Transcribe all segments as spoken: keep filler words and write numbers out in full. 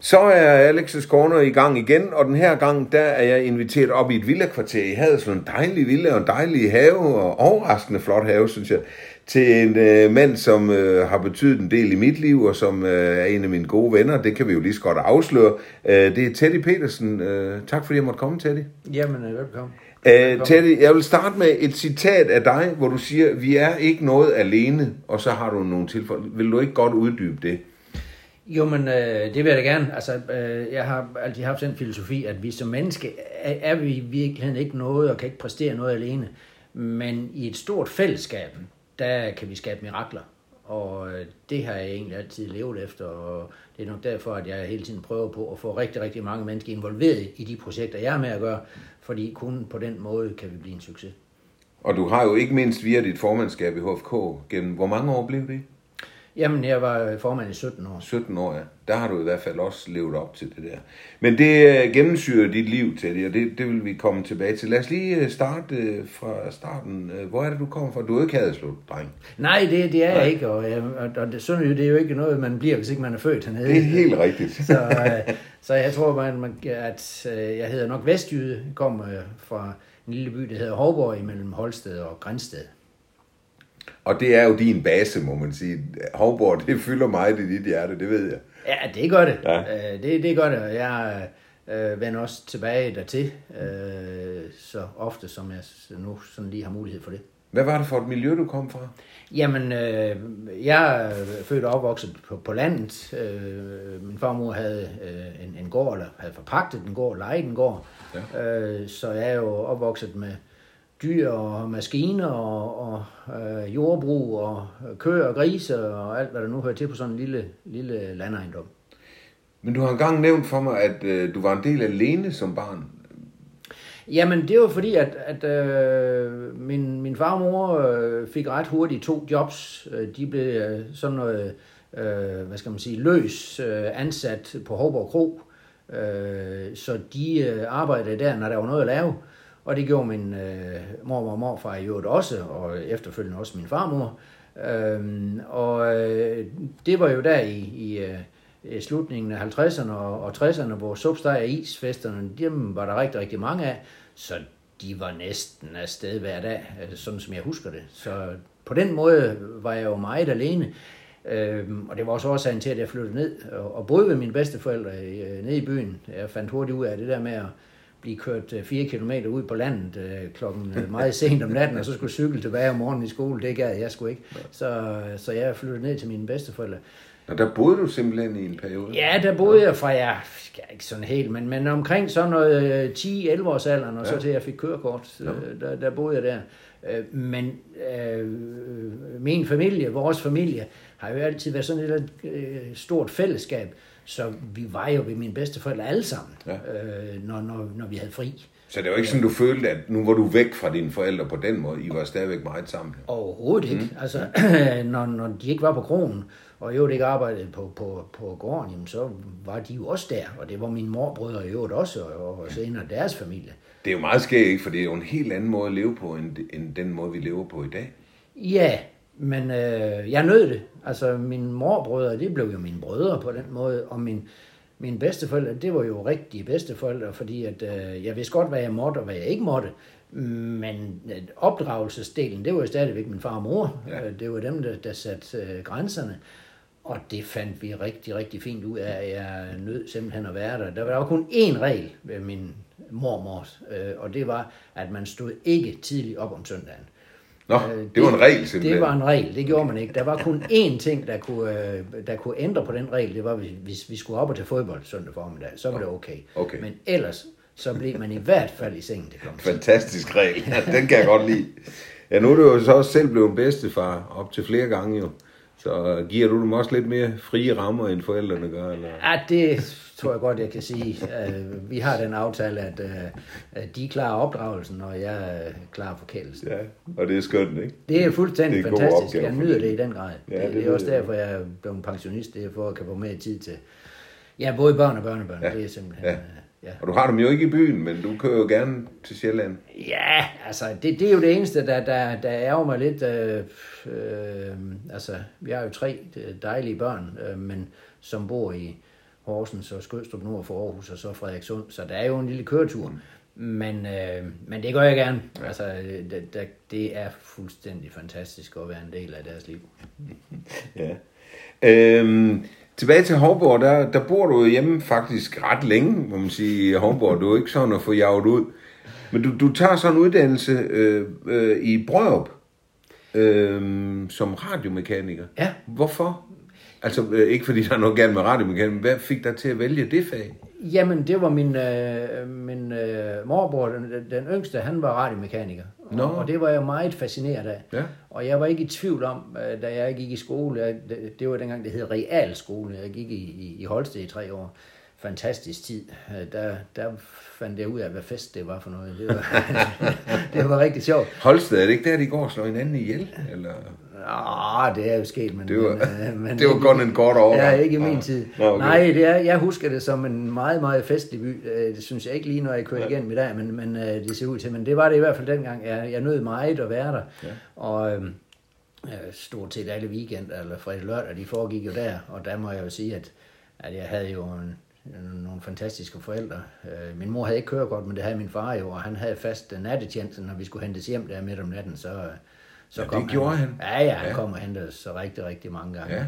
Så er Alex's Corner i gang igen, og den her gang, der er jeg inviteret op i et villakvarter i Haderslev. En dejlig villa og en dejlig have, og overraskende flot have, synes jeg, til en øh, mand, som øh, har betydet en del i mit liv, og som øh, er en af mine gode venner. Det kan vi jo lige så godt afsløre. Øh, det er Teddy Petersen. Øh, tak fordi jeg måtte komme, Teddy. Jamen, velkommen. Øh, Teddy, jeg vil starte med et citat af dig, hvor du siger, vi er ikke noget alene, og så har du nogle tilfælde. Vil du ikke godt uddybe det? Jo, men øh, det vil jeg da gerne. Altså, øh, jeg har altid haft den filosofi, at vi som menneske er, er vi i virkeligheden ikke noget, og kan ikke præstere noget alene. Men i et stort fællesskab, der kan vi skabe mirakler. Og øh, det har jeg egentlig altid levet efter, og det er nok derfor, at jeg hele tiden prøver på at få rigtig, rigtig mange mennesker involveret i de projekter, jeg er med at gøre, fordi kun på den måde kan vi blive en succes. Og du har jo ikke mindst via dit formandskab i H F K gennem, hvor mange år blev det? Jamen, jeg var formand i sytten år. sytten år, ja. Der har du i hvert fald også levet op til det der. Men det gennemsyrer dit liv, Teddy, og det, det vil vi komme tilbage til. Lad os lige starte fra starten. Hvor er det, du kommer fra? Du er ikke Haderslev, dreng. Nej, det, det er Nej. jeg ikke, og, og, og det, sådan, det er jo ikke noget, man bliver, hvis ikke man er født hernede. Det er helt rigtigt. så, så jeg tror, man, at jeg hedder nok Vestjyde, kommer fra en lille by, der hedder Hovborg, imellem Holsted og Grænsted. Og det er jo din base, må man sige. Hovborg, det fylder meget i dit hjerte, det ved jeg. Ja, det gør det. Ja. Det, det gør det, og jeg øh, vender også tilbage dertil, øh, så ofte som jeg nu sådan lige har mulighed for det. Hvad var det for et miljø, du kom fra? Jamen, øh, jeg er født og opvokset på, på landet. Øh, min farmor havde øh, en, en gård, eller havde forpagtet en gård, lejet en gård. Ja. Øh, så jeg er jo opvokset med dyr og maskiner og, og øh, jordbrug og køer og grise og alt, hvad der nu hører til på sådan en lille, lille landejendom. Men du har engang nævnt for mig, at øh, du var en del alene som barn. Jamen, det var fordi, at, at øh, min, min far og mor øh, fik ret hurtigt to jobs. De blev øh, sådan noget, øh, hvad skal man sige, løs øh, ansat på Hovborg Kro. Øh, så de øh, arbejdede der, når der var noget at lave. Og det gjorde min øh, mormor og morfar i øvrigt også, og efterfølgende også min farmor. Øhm, og øh, det var jo der i, i, i slutningen af halvtredserne og, og tresserne, hvor supsteg og isfesterne, dem var der rigtig, rigtig mange af. Så de var næsten afsted hver dag, sådan som jeg husker det. Så på den måde var jeg jo meget alene. Øhm, og det var også årsagen til, at jeg flyttede ned og, og boede ved mine bedsteforældre øh, nede i byen. Jeg fandt hurtigt ud af det der med at blive kørt fire kilometer ud på landet øh, klokken meget sent om natten, og så skulle cykle tilbage om morgenen i skole. Det gad jeg sgu ikke. Så, så jeg flyttede ned til mine bedsteforældre. Og der boede du simpelthen i en periode? Ja, der boede jeg fra, jeg ikke sådan helt, men, men omkring sådan noget ti elleve års alderen, og ja. Så til jeg fik kørekort, ja. der, der boede jeg der. Men øh, min familie, vores familie, har jo altid været sådan et øh, stort fællesskab, så vi var jo ved mine bedsteforældre alle sammen, ja. øh, når, når, når vi havde fri. Så det var ikke sådan, du følte, at nu var du væk fra dine forældre på den måde? I var stadigvæk meget sammen? Overhovedet ikke. Mm. Altså, når, når de ikke var på kronen, og jo ikke arbejdede på, på, på gården, jamen, så var de jo også der. Og det var mine morbrødre i øvrigt også, og, og senere deres familie. Det er jo meget skægt, ikke? For det er jo en helt anden måde at leve på, end, end den måde, vi lever på i dag. Ja, men øh, jeg nød det. Altså, mine morbrødre, det blev jo mine brødre på den måde, og min Mine bedsteforældre, det var jo rigtige bedsteforældre, fordi at, øh, jeg vidste godt, hvad jeg måtte og hvad jeg ikke måtte. Men opdragelsesdelen, det var jo stadigvæk min far og mor. Ja. Det var dem, der, der satte øh, grænserne. Og det fandt vi rigtig, rigtig fint ud af. Jeg nød simpelthen at være der. Der var kun én regel ved min mormor, øh, og det var, at man stod ikke tidligt op om søndagen. Nå, det, det var en regel simpelthen. Det var en regel, det gjorde man ikke. Der var kun én ting, der kunne, der kunne ændre på den regel. Det var, hvis vi skulle op og til fodbold søndag formiddag, så var det okay. okay. Men ellers, så blev man i hvert fald i sengen til klokken. Fantastisk regel, den kan jeg godt lide. Ja, nu er du jo så også selv blevet bedstefar op til flere gange jo. Så giver du dem også lidt mere frie rammer, end forældrene gør? Eller? Ja, det tror jeg godt, jeg kan sige. Uh, vi har den aftale, at uh, de klarer opdragelsen, og jeg uh, klarer forkældelsen. Ja, og det er skønt, ikke? Det er fuldstændig det er fantastisk. Jeg nyder det i den grad. Ja, det, det, det er også derfor, jeg er blevet pensionist. Det er for at kan få mere tid til ja, både børn og børnebørn. Ja. Det er simpelthen... Ja. Ja. Og du har dem jo ikke i byen, men du kører jo gerne til Sjælland. Ja, altså, det, det er jo det eneste, der, der, der ærger mig lidt. Øh, øh, altså, vi har jo tre dejlige børn, øh, men som bor i Horsens og Skødstrup nord for Aarhus og så Frederikssund. Så der er jo en lille køretur. Men, øh, men det gør jeg gerne. Altså, det, det, det er fuldstændig fantastisk at være en del af deres liv. Ja. Øhm, tilbage til Hovborg, der, der bor du hjemme faktisk ret længe, må man sige, i Hovborg. Du er ikke sådan at få jaget ud. Men du, du tager sådan en uddannelse øh, øh, i Brørup øh, som radiomekaniker. Ja. Hvorfor? Altså øh, ikke fordi der er noget galt med radiomekaniker, men hvad fik dig til at vælge det fag? Jamen, det var min, øh, min øh, morbror, den, den yngste, han var radiomekaniker. No. Og, og det var jeg meget fascineret af. Ja. Og jeg var ikke i tvivl om, øh, da jeg gik i skole, jeg, det, det var dengang, det hed realskole, jeg gik i, i, i Holsted i tre år. Fantastisk tid. Der, der fandt jeg ud af, hvad fest det var for noget. Det var, det var rigtig sjovt. Holsted, er det ikke der, de går og slår hinanden ihjel? Eller? Ah, det er jo sket, men... Det var, men, men, det var godt en kort overgang. Ja, ikke i min tid. Nå, okay. Nej, det er, jeg husker det som en meget, meget festlig by. Det synes jeg ikke lige, når jeg kører ja. igennem i dag, men, men det ser ud til. Men det var det i hvert fald dengang. Jeg, jeg nød meget at være der. Ja. Og øh, stort set alle weekender, eller fredag lørdag, de foregik jo der. Og der må jeg jo sige, at, at jeg havde jo en, nogle fantastiske forældre. Min mor havde ikke kørekort, men det havde min far jo, og han havde fast nattetjeneste, når vi skulle hentes hjem der midt om natten, så... Så ja, kom det gjorde han. han. Ja, ja, han ja. kom og hentede så rigtig, rigtig mange gange. Ja.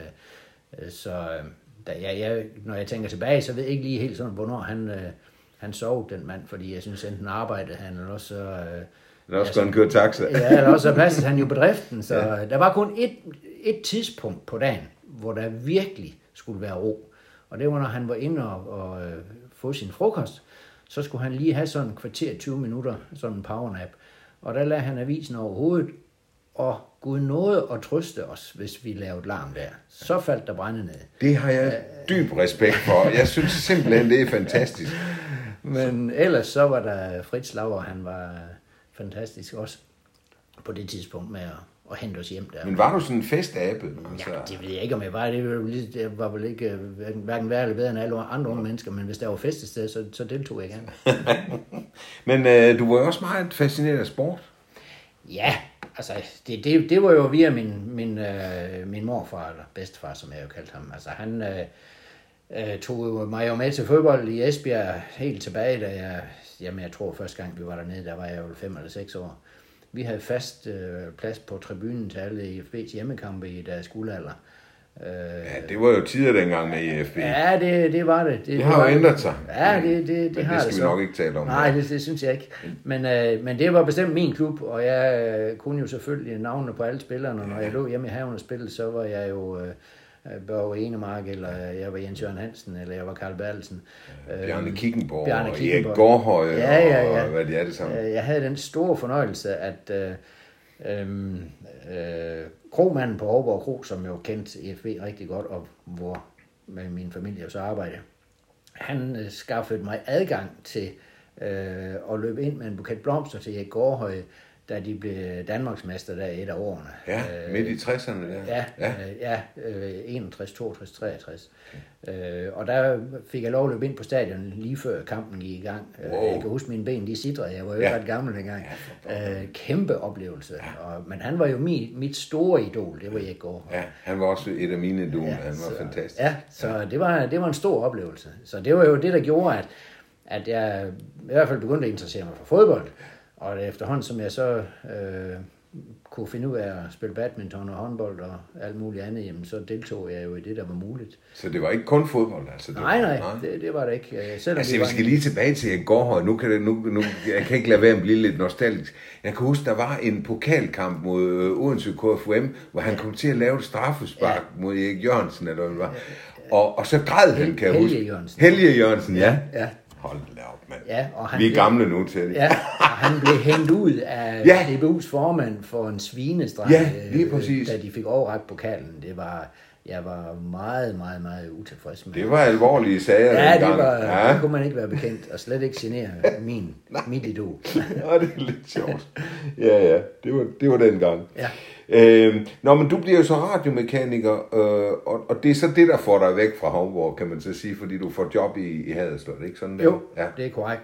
Øh, så da jeg, jeg, når jeg tænker tilbage, så ved jeg ikke lige helt sådan, hvornår han, øh, han sov, den mand, fordi jeg synes, enten arbejdede han, eller også... Øh, eller også skulle han køre taxa. Ja, eller også passede han jo bedriften, så ja. Der var kun et, et tidspunkt på dagen, hvor der virkelig skulle være ro. Og det var, når han var inde og, og øh, få sin frokost, så skulle han lige have sådan en kvarter, tyve minutter, sådan en powernap. Og der lagde han avisen over hovedet, og Gud nåede at trøste os, hvis vi lavede larm der. Så faldt der brænde ned. Det har jeg dyb respekt for. Jeg synes simpelthen, det er fantastisk. Men ellers så var der Fritz Lauer, han var fantastisk også på det tidspunkt med at, at hente os hjem der. Men var du sådan en festabe? Altså? Ja, det ved jeg ikke, om jeg var. Det var vel ikke hverken værre eller bedre end alle andre unge mennesker, men hvis der var festested, så, så deltog jeg gerne. Men øh, du var jo også meget fascineret af sport. Ja, altså det, det, det var jo via min, min, øh, min morfar, eller bedstefar, som jeg jo kaldte ham. Altså han øh, øh, tog mig jo med til fodbold i Esbjerg helt tilbage, da jeg, jamen jeg tror første gang vi var dernede, der var jeg jo fem eller seks år. Vi havde fast øh, plads på tribunen til alle I F B's hjemmekampe i deres guldalder. Øh, ja, det var jo tider dengang med I F B. Ja, det, det var det. Det, det har jo ændret sig. Ja, det, det, det, det har det det skal vi nok ikke tale om. Nej, det, det synes jeg ikke. Men, øh, men det var bestemt min klub, og jeg øh, kunne jo selvfølgelig navnene på alle spillerne, og når jeg lå hjemme i haven og spillede, så var jeg jo øh, Børge Enemark, eller jeg var Jens Jørgen Hansen, eller jeg var Karl Bertelsen. Øh, Bjarne Kickenborg, Bjarne og Kickenborg. Erik Gårdhøj, ja, ja, ja. og hvad det er det samme. Jeg havde den store fornøjelse, at øh, øh, øh, kromanden på Hovborg Kro, som jo kendte E F B rigtig godt, og hvor med min familie så arbejdede, han øh, skaffede mig adgang til øh, at løbe ind med en buket blomster til Erik Gårdhøj, da de blev Danmarksmester der i et af årene. Ja, midt i tresserne der. Ja, ja. Øh, ja øh, enogtres, toogtres, treogtres. Okay. Øh, og der fik jeg lov at løbe ind på stadion lige før kampen gik i gang. Wow. Jeg kan huske, mine ben de sidrede. Jeg var jo ja. ret gammel dengang. Ja, øh, kæmpe oplevelse. Ja. Og, men han var jo mit, mit store idol, det var Erik Gårdhøj. Ja, han var også et af mine idoler. Ja, han var så, fantastisk. Ja, så ja. Det, var, det var en stor oplevelse. Så det var jo det, der gjorde, at, at jeg i hvert fald begyndte at interessere mig for fodbold. Og efterhånden, som jeg så øh, kunne finde ud af at spille badminton og håndbold og alt muligt andet, jamen, så deltog jeg jo i det, der var muligt. Så det var ikke kun fodbold? Altså, det nej, nej, nej. Det, det var det ikke. Selvom altså, det vi var skal en... lige tilbage til en Gårdhøj. Nu kan det, nu, nu, jeg kan ikke lade være med at blive lidt nostalgisk. Jeg kan huske, der var en pokalkamp mod Odense K F U M, hvor han kom til at lave et straffespark ja. mod Erik Jørgensen, eller hvad det var. Og, og så græd han, kan jeg huske. Helge Jørgensen. Helge Jørgensen, ja. Ja. Hold da op, mand. Ja, og han vi er blev, gamle nu til det. Ja, og han blev hængt ud af ja. D B U's formand for en svinestreg, ja, lige præcis. Da de fik overrakt pokalen. Det var, jeg var meget, meget, meget utilfreds med. Det var alvorlige sager. Ja, det, gang. var, ja. det kunne man ikke være bekendt, og slet ikke genere min, mit idol. Ja, det er lidt sjovt. Ja, ja, det var, det var den gang. Ja. Øh, nå, men du bliver jo så radiomekaniker, øh, og, og det er så det, der får dig væk fra Hovborg, kan man så sige, fordi du får job i, i Haderslev, ikke sådan der? Jo, ja. det er korrekt.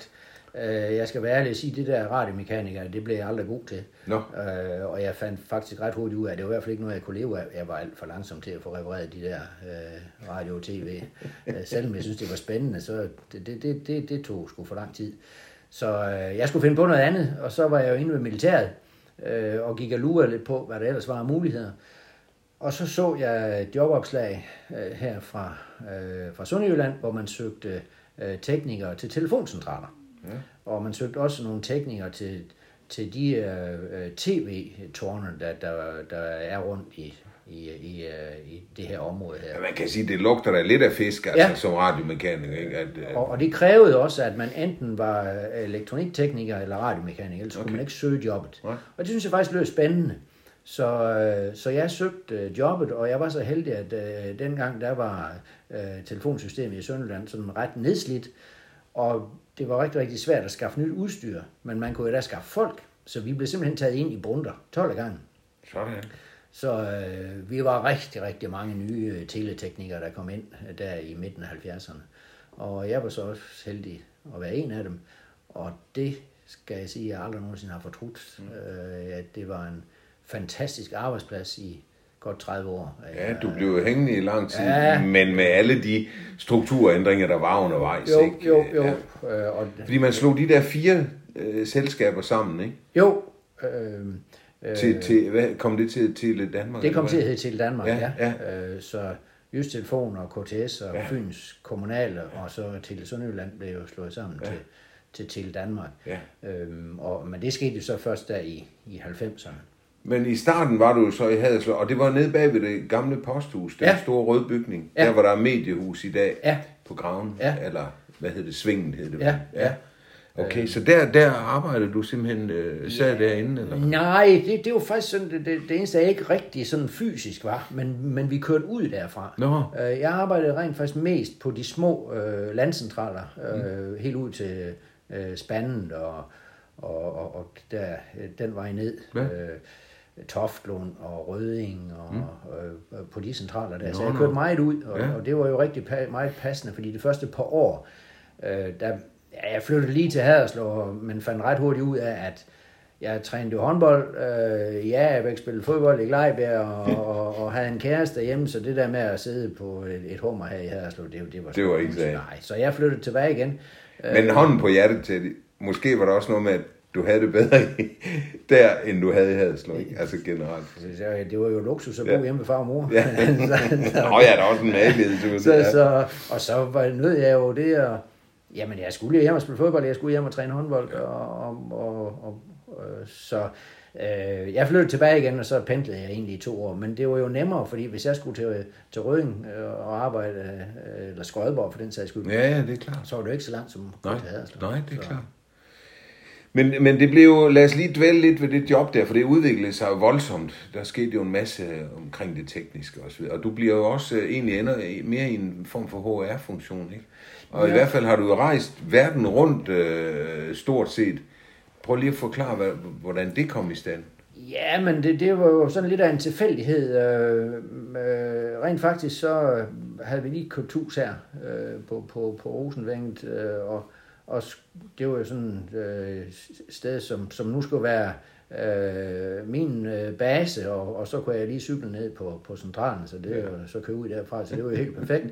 Øh, jeg skal være ærlig og sige, at det der radiomekaniker, det blev jeg aldrig god til. No. Øh, og jeg fandt faktisk ret hurtigt ud af, at det var i hvert fald ikke noget, jeg kunne leve af. Jeg var alt for langsom til at få repareret de der øh, radio og tv. øh, selvom jeg synes, det var spændende, så det, det, det, det, det tog sgu for lang tid. Så øh, jeg skulle finde på noget andet, og så var jeg jo inde ved militæret, øh, og gik og lurede lidt på, hvad der ellers var af muligheder. Og så så jeg et jobopslag øh, her fra, øh, fra Sønderjylland, hvor man søgte øh, teknikere til telefoncentraler. Ja. Og man søgte også nogle teknikere til, til de øh, tv-tårne, der, der, der er rundt i, i, i, i det her område her. Ja, man kan sige, det lugter da lidt af fisk, altså, ja. Som radiomekaniker. Ikke? At, at... Og, og det krævede også, at man enten var elektroniktekniker eller radiomekaniker, ellers okay. kunne man ikke søge jobbet. Ja. Og det synes jeg faktisk lød spændende. Så, så jeg søgte jobbet, og jeg var så heldig, at øh, dengang der var øh, telefonsystemet i Sønderjylland sådan ret nedslidt, og det var rigtig, rigtig svært at skaffe nyt udstyr, men man kunne jo da skaffe folk, så vi blev simpelthen taget ind i brunder, tolv gange. Sådan. Så øh, vi var rigtig, rigtig mange nye øh, teleteknikere, der kom ind øh, der i midten af halvfjerdserne. Og jeg var så også heldig at være en af dem, og det skal jeg sige, at jeg aldrig nogensinde har fortrudt. Mm. Øh, at det var en fantastisk arbejdsplads i godt tredive år. Ja, du blev hængende i lang tid, ja. Men med alle de strukturændringer, der var undervejs. Jo, ikke? jo, jo. Ja. Øh, og, Fordi man slog de der fire øh, selskaber sammen, ikke? Jo. Øh, øh, til, til, hvad, kom det til Tele Danmark? Det kom til at hedde Tele Danmark, ja. ja. ja. Øh, så Jysk Telefon og K T S og ja. Fyns Kommunale, og så Tele Sønderjylland blev jo slået sammen ja. til, til Tele Danmark. Ja. Øhm, og, men det skete jo så først der i, i halvfemserne. Men i starten var du så i Haderslev, og det var nede bag ved det gamle posthus, den ja. store røde bygning, ja. der hvor der er mediehus i dag, ja. på Graven, ja. eller hvad hed det, Svingen hed det. Ja, ja. Okay, så der, der arbejdede du simpelthen, øh, sad ja. derinde, eller? Nej, det, det var faktisk sådan, det, det, det eneste, jeg ikke rigtig sådan fysisk var, men, men vi kørte ud derfra. Nå. Jeg arbejdede rent faktisk mest på de små øh, landcentraler, øh, mm. helt ud til øh, Spandet og, og, og, og der, den vej ned. Ja. Øh, Toftlund og Rødding og, mm. og, og på de centraler der. Nå, så jeg kørte meget ud, og, ja. og det var jo rigtig pa- meget passende, fordi det første par år, øh, der, ja, jeg flyttede lige til Haderslev, men fandt ret hurtigt ud af, at jeg trænede jo håndbold, øh, ja, jeg spillede fodbold i Glejbjerg, og, og, og havde en kæreste derhjemme, så det der med at sidde på et, et hummer her i Haderslev, det, det var, det var ikke nej. Så jeg flyttede tilbage igen. Men hånden på hjertet til det, måske var der også noget med, at du havde det bedre der, end du havde i Haderslev, altså generelt. Det var jo luksus at bo ja. hjemme med far og mor. Ja. Nå ja, der er også en magelighed. Så, ja. så, og så var nød jeg jo det, og jamen jeg skulle hjem og spille fodbold, jeg skulle hjem og træne håndbold, ja. og, og, og, og, og så øh, jeg flyttede tilbage igen, og så pendlede jeg egentlig i to år, men det var jo nemmere, fordi hvis jeg skulle til, til Rødding og arbejde, eller Skodborg for den sags skyld, ja, ja, det er klart. Så var det ikke så langt som nej, til Haderslev. Nej, det er så. klart. Men, men det blev jo, lad os lige dvæle lidt ved det job der, for det udviklede sig voldsomt. Der skete jo en masse omkring det tekniske og så videre. Og du bliver jo også egentlig ender mere i en form for H R-funktion, ikke? Og ja. I hvert fald har du jo rejst verden rundt øh, stort set. Prøv lige at forklare, hvad, hvordan det kom i stand. Ja, men det, det var jo sådan lidt af en tilfældighed. Øh, øh, rent faktisk så havde vi lige købt hus her øh, på, på, på Rosenvænget, øh, og Og det var jo sådan et øh, sted, som, som nu skulle være øh, min øh, base, og, og så kunne jeg lige cykle ned på, på centralen, så det var så køre ud derfra, så det var jo helt perfekt.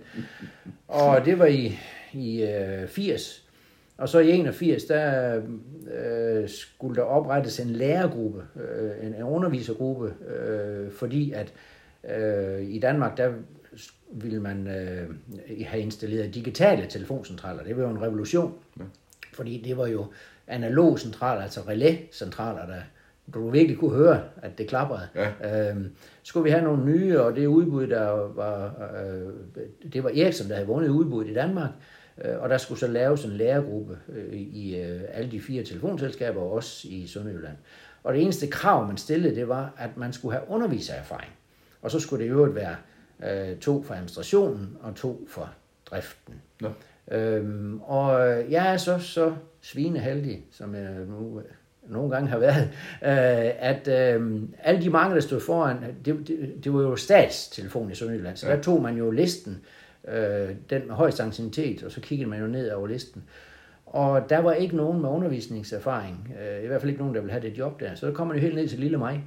Og det var i, i øh, firs, og så i enogfirs, der øh, skulle der oprettes en lærergruppe, øh, en, en undervisergruppe, øh, fordi at øh, i Danmark, der ville man øh, have installeret digitale telefoncentraler. Det var jo en revolution, ja. Fordi det var jo analog centraler, altså relæcentraler, der du virkelig kunne høre, at det klaprede. Ja. Øhm, så skulle vi have nogle nye, og det udbud, der var, øh, det var Ericsson, der havde vundet udbuddet i Danmark, øh, og der skulle så laves en lærergruppe øh, i øh, alle de fire telefonselskaber, og også i Sønderjylland. Og det eneste krav, man stillede, det var, at man skulle have undervisererfaring. Og så skulle det jo være øh, to for administrationen, og to for driften. Ja. Øhm, og jeg er så, så svineheldig, som jeg nu nogle gange har været, øh, at øh, alle de mange, der stod foran, det, det, det var jo statstelefon i Sønderjylland, så ja. Der tog man jo listen, øh, den med højst anciennitet, og så kiggede man jo ned over listen. Og der var ikke nogen med undervisningserfaring, øh, i hvert fald ikke nogen, der ville have det job der. Så der kom man jo helt ned til lille mig.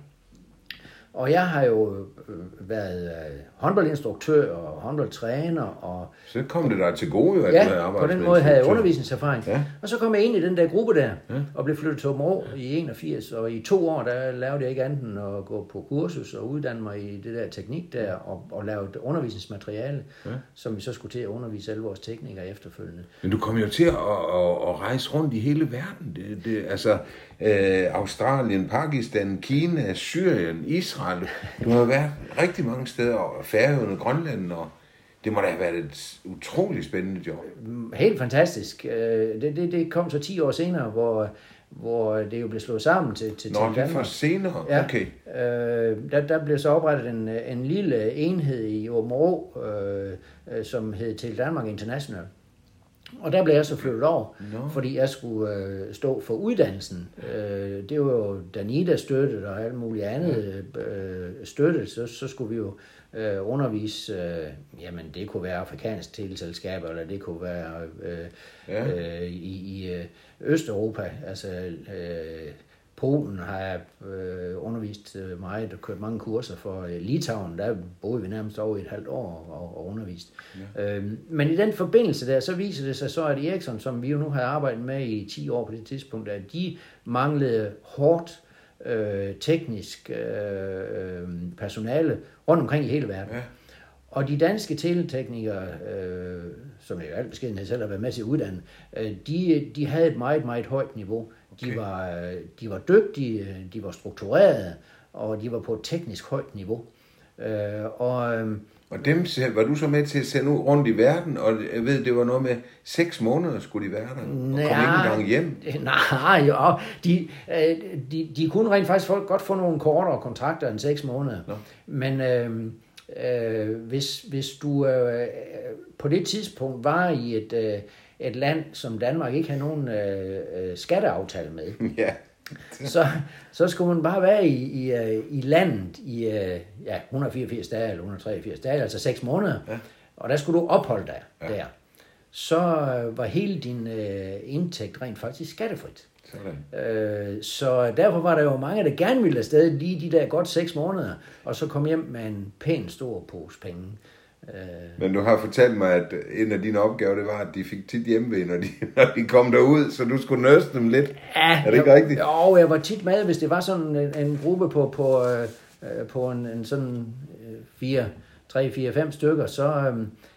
Og jeg har jo øh, været øh, håndboldinstruktør og håndboldtræner. Og, så kom det der til gode, at ja, du havde arbejdet på den måde havde jeg undervisningserfaring. Ja. Og så kom jeg ind i den der gruppe der, ja. og blev flyttet til Aabenraa i enogfirs. Og i to år, der lavede jeg ikke andet end at gå på kursus og uddanne mig i det der teknik der, og, og lave undervisningsmateriale, ja. som vi så skulle til at undervise alle vores teknikere efterfølgende. Men du kom jo til at, at, at rejse rundt i hele verden. Det, det, altså øh, Australien, Pakistan, Kina, Syrien, Israel. Du har været rigtig mange steder, og Færøerne, Grønland, og det må da have været et utroligt spændende job. Helt fantastisk. Det, det, det kom så ti år senere, hvor, hvor det jo blev slået sammen til, til Nå, Danmark. det er for senere? Ja. Okay. Øh, der, der blev så oprettet en, en lille enhed i Aabenraa, øh, som hed Til Danmark International. Og der blev jeg så flyttet over, no. fordi jeg skulle øh, stå for uddannelsen. Øh, det var jo Danida støttet og alt muligt andet øh, støttet, så, så skulle vi jo øh, undervise, øh, jamen det kunne være afrikansk teleselskaber, eller det kunne være øh, ja. øh, i, i Østeuropa, altså øh, Polen har jeg øh, undervist meget og kørt mange kurser for. Litauen, der boede vi nærmest over et halvt år og, og undervist. Ja. Øhm, men i den forbindelse der, så viser det sig så, at Ericsson, som vi jo nu har arbejdet med i ti år på det tidspunkt, at de manglede hårdt øh, teknisk øh, personale rundt omkring i hele verden. Ja. Og de danske teleteknikere, øh, som jeg jo alt beskedenhed selv har været med til at uddanne, øh, de, de havde et meget, meget højt niveau. De, okay. var, de var dygtige, de var strukturerede, og de var på et teknisk højt niveau. Øh, og, øh, og dem var du så med til at sende ud rundt i verden, og jeg ved, det var noget med seks måneder skulle de være der, og kom ikke engang hjem? Nej, jo, de, de, de kunne rent faktisk folk godt få nogle kortere kontrakter end seks måneder. Nå. Men øh, øh, hvis, hvis du øh, på det tidspunkt var i et... Øh, et land, som Danmark ikke har nogen øh, skatteaftale med, ja. så, så skulle man bare være i, i, i landet i øh, ja, et hundrede og fireogfirs dage eller et hundrede og treogfirs dage, altså seks måneder, ja. og der skulle du opholde dig ja. der. Så var hele din øh, indtægt rent faktisk skattefrit. Øh, så derfor var der jo mange, der gerne ville afsted lige de der godt seks måneder, og så kom hjem med en pæn stor pose penge. Men du har fortalt mig, at en af dine opgaver, det var, at de fik tit hjemmevæg, når de, når de kom derud, så du skulle nurse dem lidt. Ja, er det ikke jeg, rigtigt? Jo, jeg var tit med, hvis det var sådan en, en gruppe på, på, øh, på en, en sådan fire, tre, fire, fem stykker, så øh,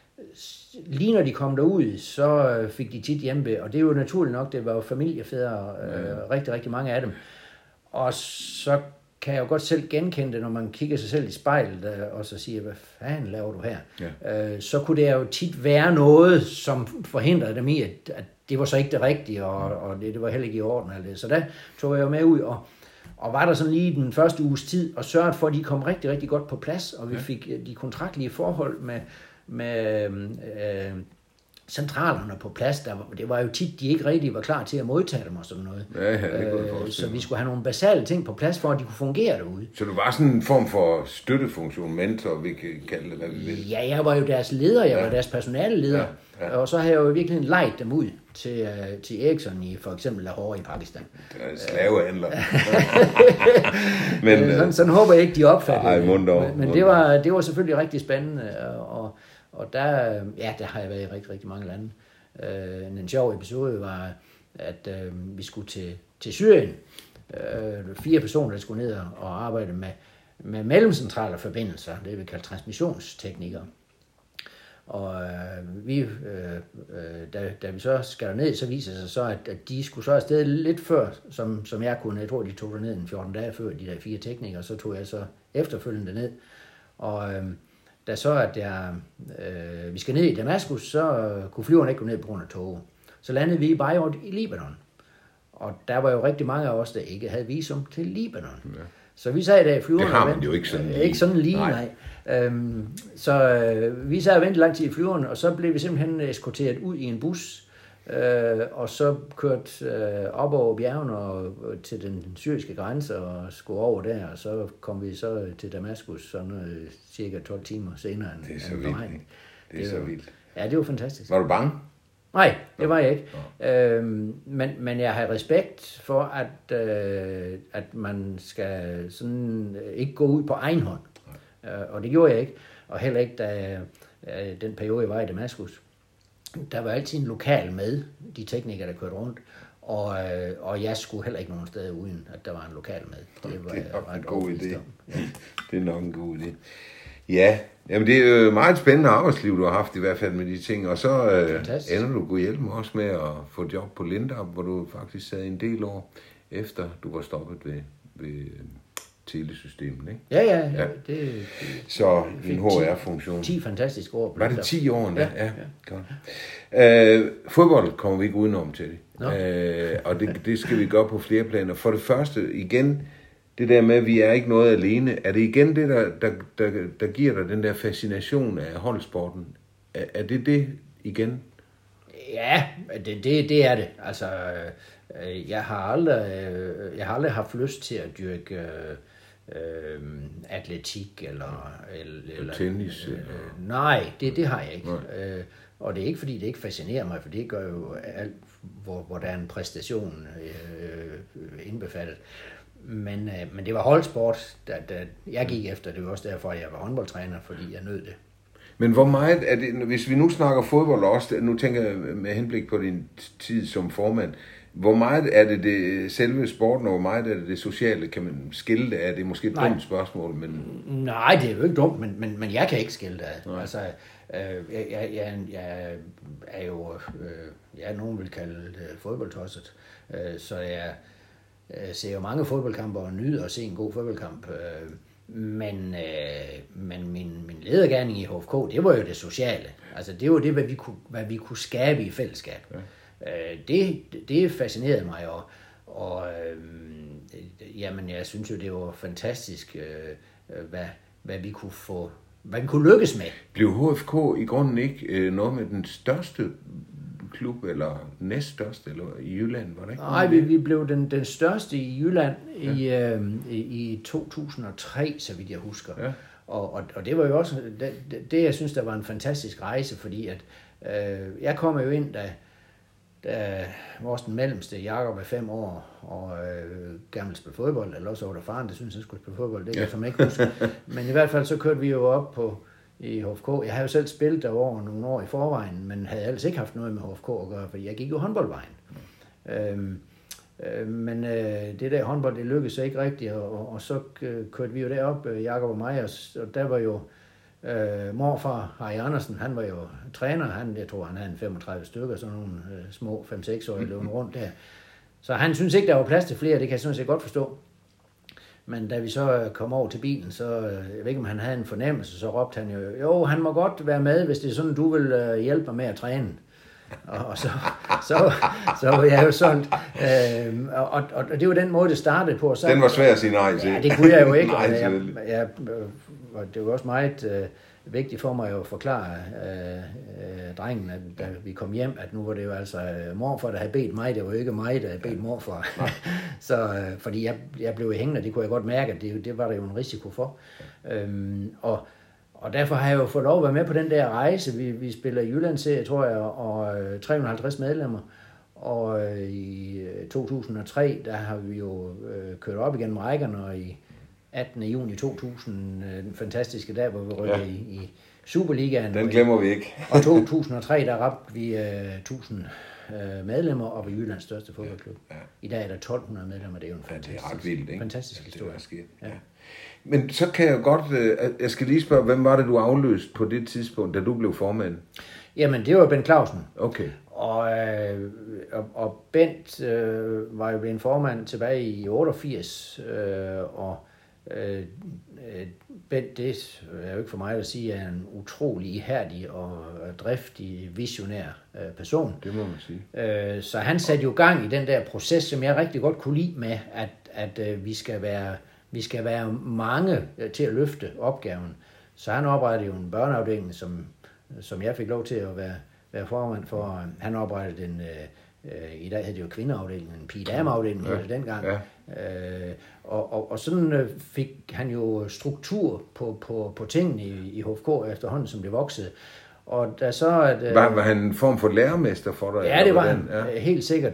lige når de kom derud, så fik de tit hjemmevæg, og det er jo naturligt nok, det var jo familiefædre, øh, ja. rigtig, rigtig mange af dem. Og så kan jeg jo godt selv genkende det, når man kigger sig selv i spejlet, og så siger, hvad fanden laver du her? Ja. Øh, så kunne det jo tit være noget, som forhindrede dem i, at, at det var så ikke det rigtige, og, og det, det var heller ikke i orden. Eller. Så der tog jeg jo med ud, og, og var der sådan lige den første uges tid, og sørgede for, at de kom rigtig, rigtig godt på plads, og vi ja. fik de kontraktlige forhold med, med øh, centralerne på plads. Der var, det var jo tit, de ikke rigtig var klar til at modtage dem og sådan noget. Ja, ja, det kunne øh, så vi skulle have nogle basale ting på plads, for at de kunne fungere derude. Så du var sådan en form for støttefunktion, mentor, vi kan kalde det, hvad vi vil. Ja, jeg var jo deres leder, jeg ja. var deres personaleleder, ja, ja. og så havde jeg jo virkelig lejet dem ud til, uh, til Ericsson i for eksempel Lahore i Pakistan. Det er slavehandler. men, sådan, sådan håber jeg ikke, de opfattede det. Men, men det, var, det var selvfølgelig rigtig spændende, og Og der, ja, der har jeg været i rigtig, rigtig mange lande. Øh, en sjov episode var, at øh, vi skulle til, til Syrien. Øh, fire personer, der skulle ned og arbejde med, med mellemcentrale forbindelser. Det vi kalder transmissionsteknikere. Og øh, vi, øh, da, da vi så skal derned, så viser det sig så, at, at de skulle så afsted lidt før, som, som jeg kunne. Jeg tror, de tog derned en fjorten dage før, de der fire teknikere. Så tog jeg så efterfølgende ned. Og øh, da så, at jeg, øh, vi skal ned i Damaskus, så øh, kunne flyverne ikke gå ned på grund af tåge. Så landede vi i Beirut i Libanon. Og der var jo rigtig mange af os, der ikke havde visum til Libanon. Ja. Så vi sad der i flyverne. Det har man jo ikke sådan lige. Ikke sådan lige, nej. nej. Øhm, så øh, vi sad og ventede lang tid i flyverne, og så blev vi simpelthen eskorteret ud i en bus, øh, og så kørt øh, op over bjergene og til den syriske grænse og skulle over der, og så kom vi så til Damaskus sådan øh, cirka tolv timer senere. Det er så vildt. Det er så vildt. Ja, det var fantastisk. Var du bange? Nej, det var jeg ikke. Ja. Øhm, men, men jeg har respekt for, at, øh, at man skal sådan ikke gå ud på egen hånd. Øh, og det gjorde jeg ikke. Og heller ikke, da øh, den periode, jeg var i Damaskus. Der var altid en lokal med, de teknikere, der kørte rundt. Og, øh, og jeg skulle heller ikke nogen steder uden, at der var en lokal med. Det, var, det er nok var en god idé. Ja. Det er nok en god idé. Ja, jamen det er jo meget spændende arbejdsliv, du har haft i hvert fald med de ting. Og så øh, ender du kunne hjælpe mig også med at få job på Lindab, hvor du faktisk sad en del år efter, du var stoppet ved, ved telesystemet, ikke? Ja, ja. ja. Det, det, så en H R-funktion. ti fantastiske år. Var det ti år endda? Ja, ja. ja. Godt. Øh, fodbold kommer vi ikke udenom til det. Øh, og det, det skal vi gøre på flere planer. For det første, igen, det der med, at vi er ikke noget alene. Er det igen det, der, der, der, der giver dig den der fascination af holdsporten? Er, er det det igen? Ja, det, det, det er det. Altså, øh, jeg har aldrig, øh, jeg har aldrig haft lyst til at dyrke øh, øh, atletik eller... eller, eller tennis? Øh, øh, nej, det, det har jeg ikke. Øh, og det er ikke, fordi det ikke fascinerer mig, for det gør jo alt, hvor, hvor der er en præstation øh, indbefattet. Men, øh, men det var holdsport, da, da jeg gik efter. Det var også derfor, at jeg var håndboldtræner, fordi jeg nød det. Men hvor meget er det, hvis vi nu snakker fodbold også, nu tænker jeg med henblik på din tid som formand, hvor meget er det det selve sporten, og hvor meget er det det sociale? Kan man skille det af? Det er måske et dumt spørgsmål, men... Nej, det er jo ikke dumt, men, men, men jeg kan ikke skille det af. Altså, øh, jeg, jeg, jeg, jeg er jo, øh, jeg nogen vil kalde det fodboldtosset, øh, så jeg øh, ser jo mange fodboldkampe og nyder at se en god fodboldkamp. Øh, men øh, men min, min ledergerning i H F K, det var jo det sociale. Altså, det var det, hvad vi kunne, hvad vi kunne skabe i fællesskab. Ja. Det, det fascinerede mig, og, og øh, jamen, jeg synes jo, det var fantastisk, øh, hvad, hvad vi kunne få, hvad vi kunne lykkes med. Blev H F K i grunden ikke øh, noget med den største klub, eller næststørste, eller i Jylland, var det ikke? Nej, vi, vi blev den, den største i Jylland ja. i, øh, i, i to tusind og tre, så vidt jeg husker. Ja. Og, og, og det var jo også, det, det jeg synes, der var en fantastisk rejse, fordi at øh, jeg kom jo ind, da da vores den mellemste, Jakob, er fem år, og øh, gerne vil spille fodbold, eller også over der faren, det synes han skulle spille fodbold, det kan jeg ja. ikke huske. Men i hvert fald så kørte vi jo op på i H F K. Jeg havde jo selv spillet der over nogle år i forvejen, men havde ellers ikke haft noget med H F K at gøre, fordi jeg gik jo håndboldvejen. Mm. Øhm, øh, men øh, det der håndbold, det lykkedes ikke rigtigt, og, og så øh, kørte vi jo derop, øh, Jakob og mig, og, og der var jo Øh, morfar, Harry Andersen, han var jo træner, han, jeg tror han havde en femogtredive stykker, sådan nogle øh, små fem seks årige løbende rundt der. Så han synes ikke, der var plads til flere, det kan jeg sådan set godt forstå. Men da vi så kom over til bilen, så, jeg ved ikke om han havde en fornemmelse, så råbte han jo, jo, han må godt være med, hvis det er sådan, du vil øh, hjælpe mig med at træne. Og, og så, så, så var jeg jo solgt. Øh, og, og, og det var den måde, det startede på. Så, den var svær at sige nej til. Ja, det kunne jeg jo ikke. nej, jeg, jeg, jeg, det var også meget øh, vigtigt for mig at forklare øh, øh, drengen, at da vi kom hjem, at nu var det jo altså øh, morfar, der havde bedt mig. Det var jo ikke mig, der havde bedt morfar. så, øh, fordi jeg, jeg blev hængende, det kunne jeg godt mærke, at det, det var der jo en risiko for. Øhm, og Og derfor har jeg jo fået lov at være med på den der rejse. Vi, vi spiller i Jyllandsserie, tror jeg, og tre hundrede og halvtreds medlemmer. Og i to tusind og tre, der har vi jo øh, kørt op igennem rækkerne, og i attende juni to tusind, øh, den fantastiske dag, hvor vi rykker ja. i, i Superligaen. Den glemmer vi ikke. Og to tusind og tre, der ramte vi øh, tusind øh, medlemmer, og var Jyllands største fodboldklub. Ja. Ja. I dag er der tolv hundrede medlemmer, det er jo en fantastisk, ja, det er ret vildt, ikke? fantastisk ja, historie. Det ja. Ja. Men så kan jeg godt, jeg skal lige spørge, hvem var det, du afløste på det tidspunkt, da du blev formand? Jamen, det var Bent Clausen. Okay. Og, øh, og, og Bent øh, var jo blevet formand tilbage i otteogfirs, øh, og øh, Bent, det er jo ikke for mig at sige, er en utrolig ihærdig og driftig, visionær øh, person. Det må man sige. Øh, så han satte jo gang i den der proces, som jeg rigtig godt kunne lide med, at, at øh, vi skal være... Vi skal være mange til at løfte opgaven. Så han oprettede jo en børneafdeling, som, som jeg fik lov til at være, være formand for. Han oprettede den, øh, i dag hed det jo kvindeafdelingen, en pige-dame-afdeling ja. dengang. Ja. Øh, og, og, og sådan øh, fik han jo struktur på, på, på tingene i, i H F K efterhånden, som det voksede. Og da så, at, var, var han en form for lærermester for dig? Ja, det var han. Ja. Helt sikkert.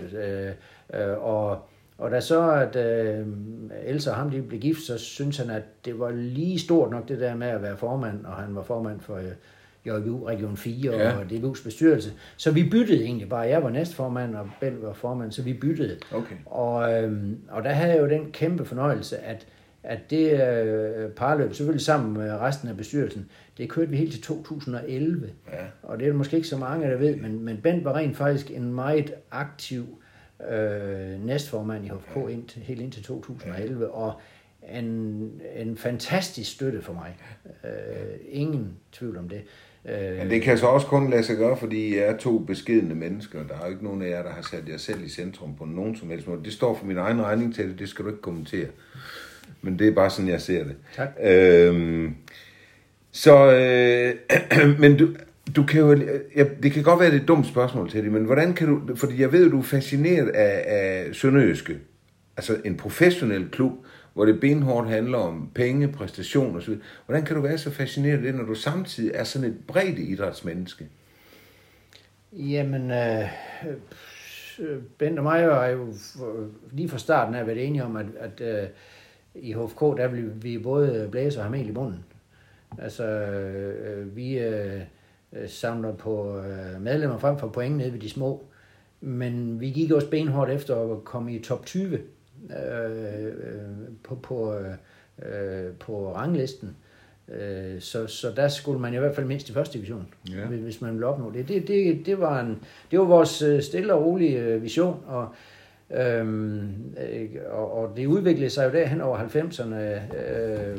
Og, og da så, at Else og ham de blev gift, så synes han, at det var lige stort nok det der med at være formand, og han var formand for J G U Region fire ja. og D B U's bestyrelse. Så vi byttede egentlig bare. Jeg var næstformand, og Bent var formand, så vi byttede. Okay. Og, og der havde jeg jo den kæmpe fornøjelse, at at det øh, parløb, selvfølgelig sammen med resten af bestyrelsen, det kørte vi helt til to tusind og elleve. Ja. Og det er måske ikke så mange, der ved, men, men Bent var rent faktisk en meget aktiv øh, næstformand i H F K ja. indtil, helt indtil to tusind og elleve, ja. og en, en fantastisk støtte for mig. Øh, ingen tvivl om det. Ja, det kan så også kun lade sig gøre, fordi I er to beskedne mennesker. Der er jo ikke nogen af jer, der har sat jer selv i centrum på nogen som helst måde. Det står for min egen regning til det, det skal du ikke kommentere. Men det er bare sådan, jeg ser det. Tak. Øhm, så, øh, men du, du kan jo, ja, det kan godt være, det er et dumt spørgsmål til dig, men hvordan kan du, fordi jeg ved, at du er fascineret af, af Sønderjyske, altså en professionel klub, hvor det benhårdt handler om penge, præstation og så videre. Hvordan kan du være så fascineret af det, når du samtidig er sådan et bredt idrætsmenneske? Jamen, øh, Bent og mig er jo lige fra starten af været enige om, at, at øh, i H F K, der vil vi både blæse og have mel i munden. Altså, øh, vi øh, samler på øh, medlemmer frem for point nede ved de små, men vi gik også benhårdt efter at komme i top tyve øh, på, på, øh, på ranglisten. Øh, så, så der skulle man i hvert fald mindst i første division, ja. hvis man ville opnå det. Det, det, det, var, en, det var vores stille og rolige vision, og Øhm, øh, og, og det udviklede sig jo derhen over halvfemserne. Øh,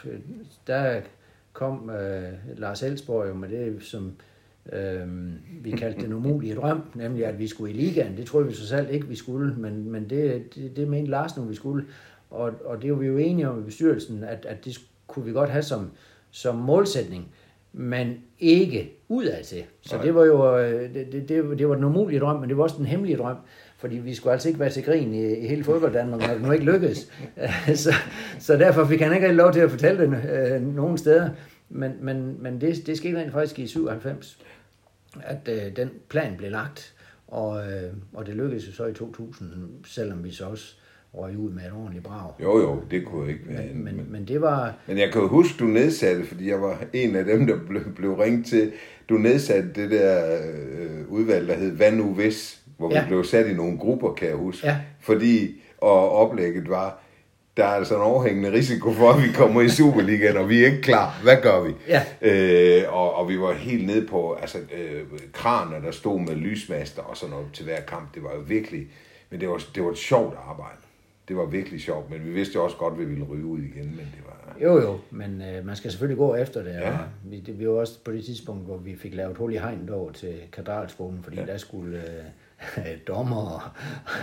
der kom øh, Lars Elsborg jo med det, som øh, vi kaldte den umulige drøm, nemlig at vi skulle i ligaen. Det troede vi så selv ikke, vi skulle, men, men det, det, det mente Lars nu, vi skulle. Og, og det var vi jo enige om i bestyrelsen, at, at det kunne vi godt have som, som målsætning, men ikke udad til. Så det var jo det, det, det, det var den umulige drøm, men det var også den hemmelige drøm. Fordi vi skulle altså ikke være til grin i, i hele fodbolddanmark, når det nu ikke lykkedes. så, så derfor fik han ikke rigtig lov til at fortælle det øh, nogen steder. Men, men, men det, det skete rent faktisk i syvoghalvfems, at øh, den plan blev lagt. Og, øh, og det lykkedes jo så i to tusind, selvom vi så også røg ud med et ordentligt brag. Jo jo, det kunne ikke være. Men, men, men det var... Men jeg kan jo huske, du nedsatte, fordi jeg var en af dem, der blev, blev ringet til. Du nedsatte det der øh, udvalg, der hed Hvad nu hvis? Hvor ja. vi blev sat i nogle grupper, kan jeg huske. Ja. Fordi, og oplægget var, der er altså en overhængende risiko for, at vi kommer i Superligaen, og vi er ikke klar. Hvad gør vi? Ja. Øh, og, og vi var helt nede på altså, øh, kraner, der stod med lysmaster og sådan noget til hver kamp. Det var jo virkelig, men det var, det var et sjovt arbejde. Det var virkelig sjovt, men vi vidste jo også godt, at vi ville ryge ud igen, men det var... Jo, jo, men øh, man skal selvfølgelig gå efter det, ja. Og vi, det, vi var også på det tidspunkt, hvor vi fik lavet hul i hegnet over til Katedralskolen, fordi ja. der skulle øh, dommer,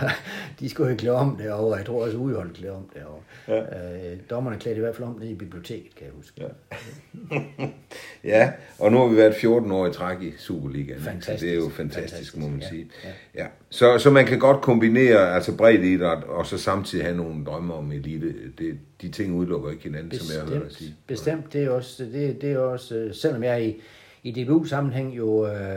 de skulle jo klæde om det over, jeg tror også udholdet klæde om det over. Ja. Øh, dommerne klædte i hvert fald om nede i biblioteket, kan jeg huske. Ja, ja, og nu har vi været fjorten år i træk i Superligaen. Fantastisk. Det er jo fantastisk, fantastisk må man sige. Ja. Ja. Så, så man kan godt kombinere altså bredt idræt, og så samtidig have nogle drømme om elite. Det, de ting udelukker ikke hinanden, Bestemt, som jeg har hørt at sige. Bestemt, det er også, det, det er også selvom jeg er i, i D B U-sammenhæng jo øh,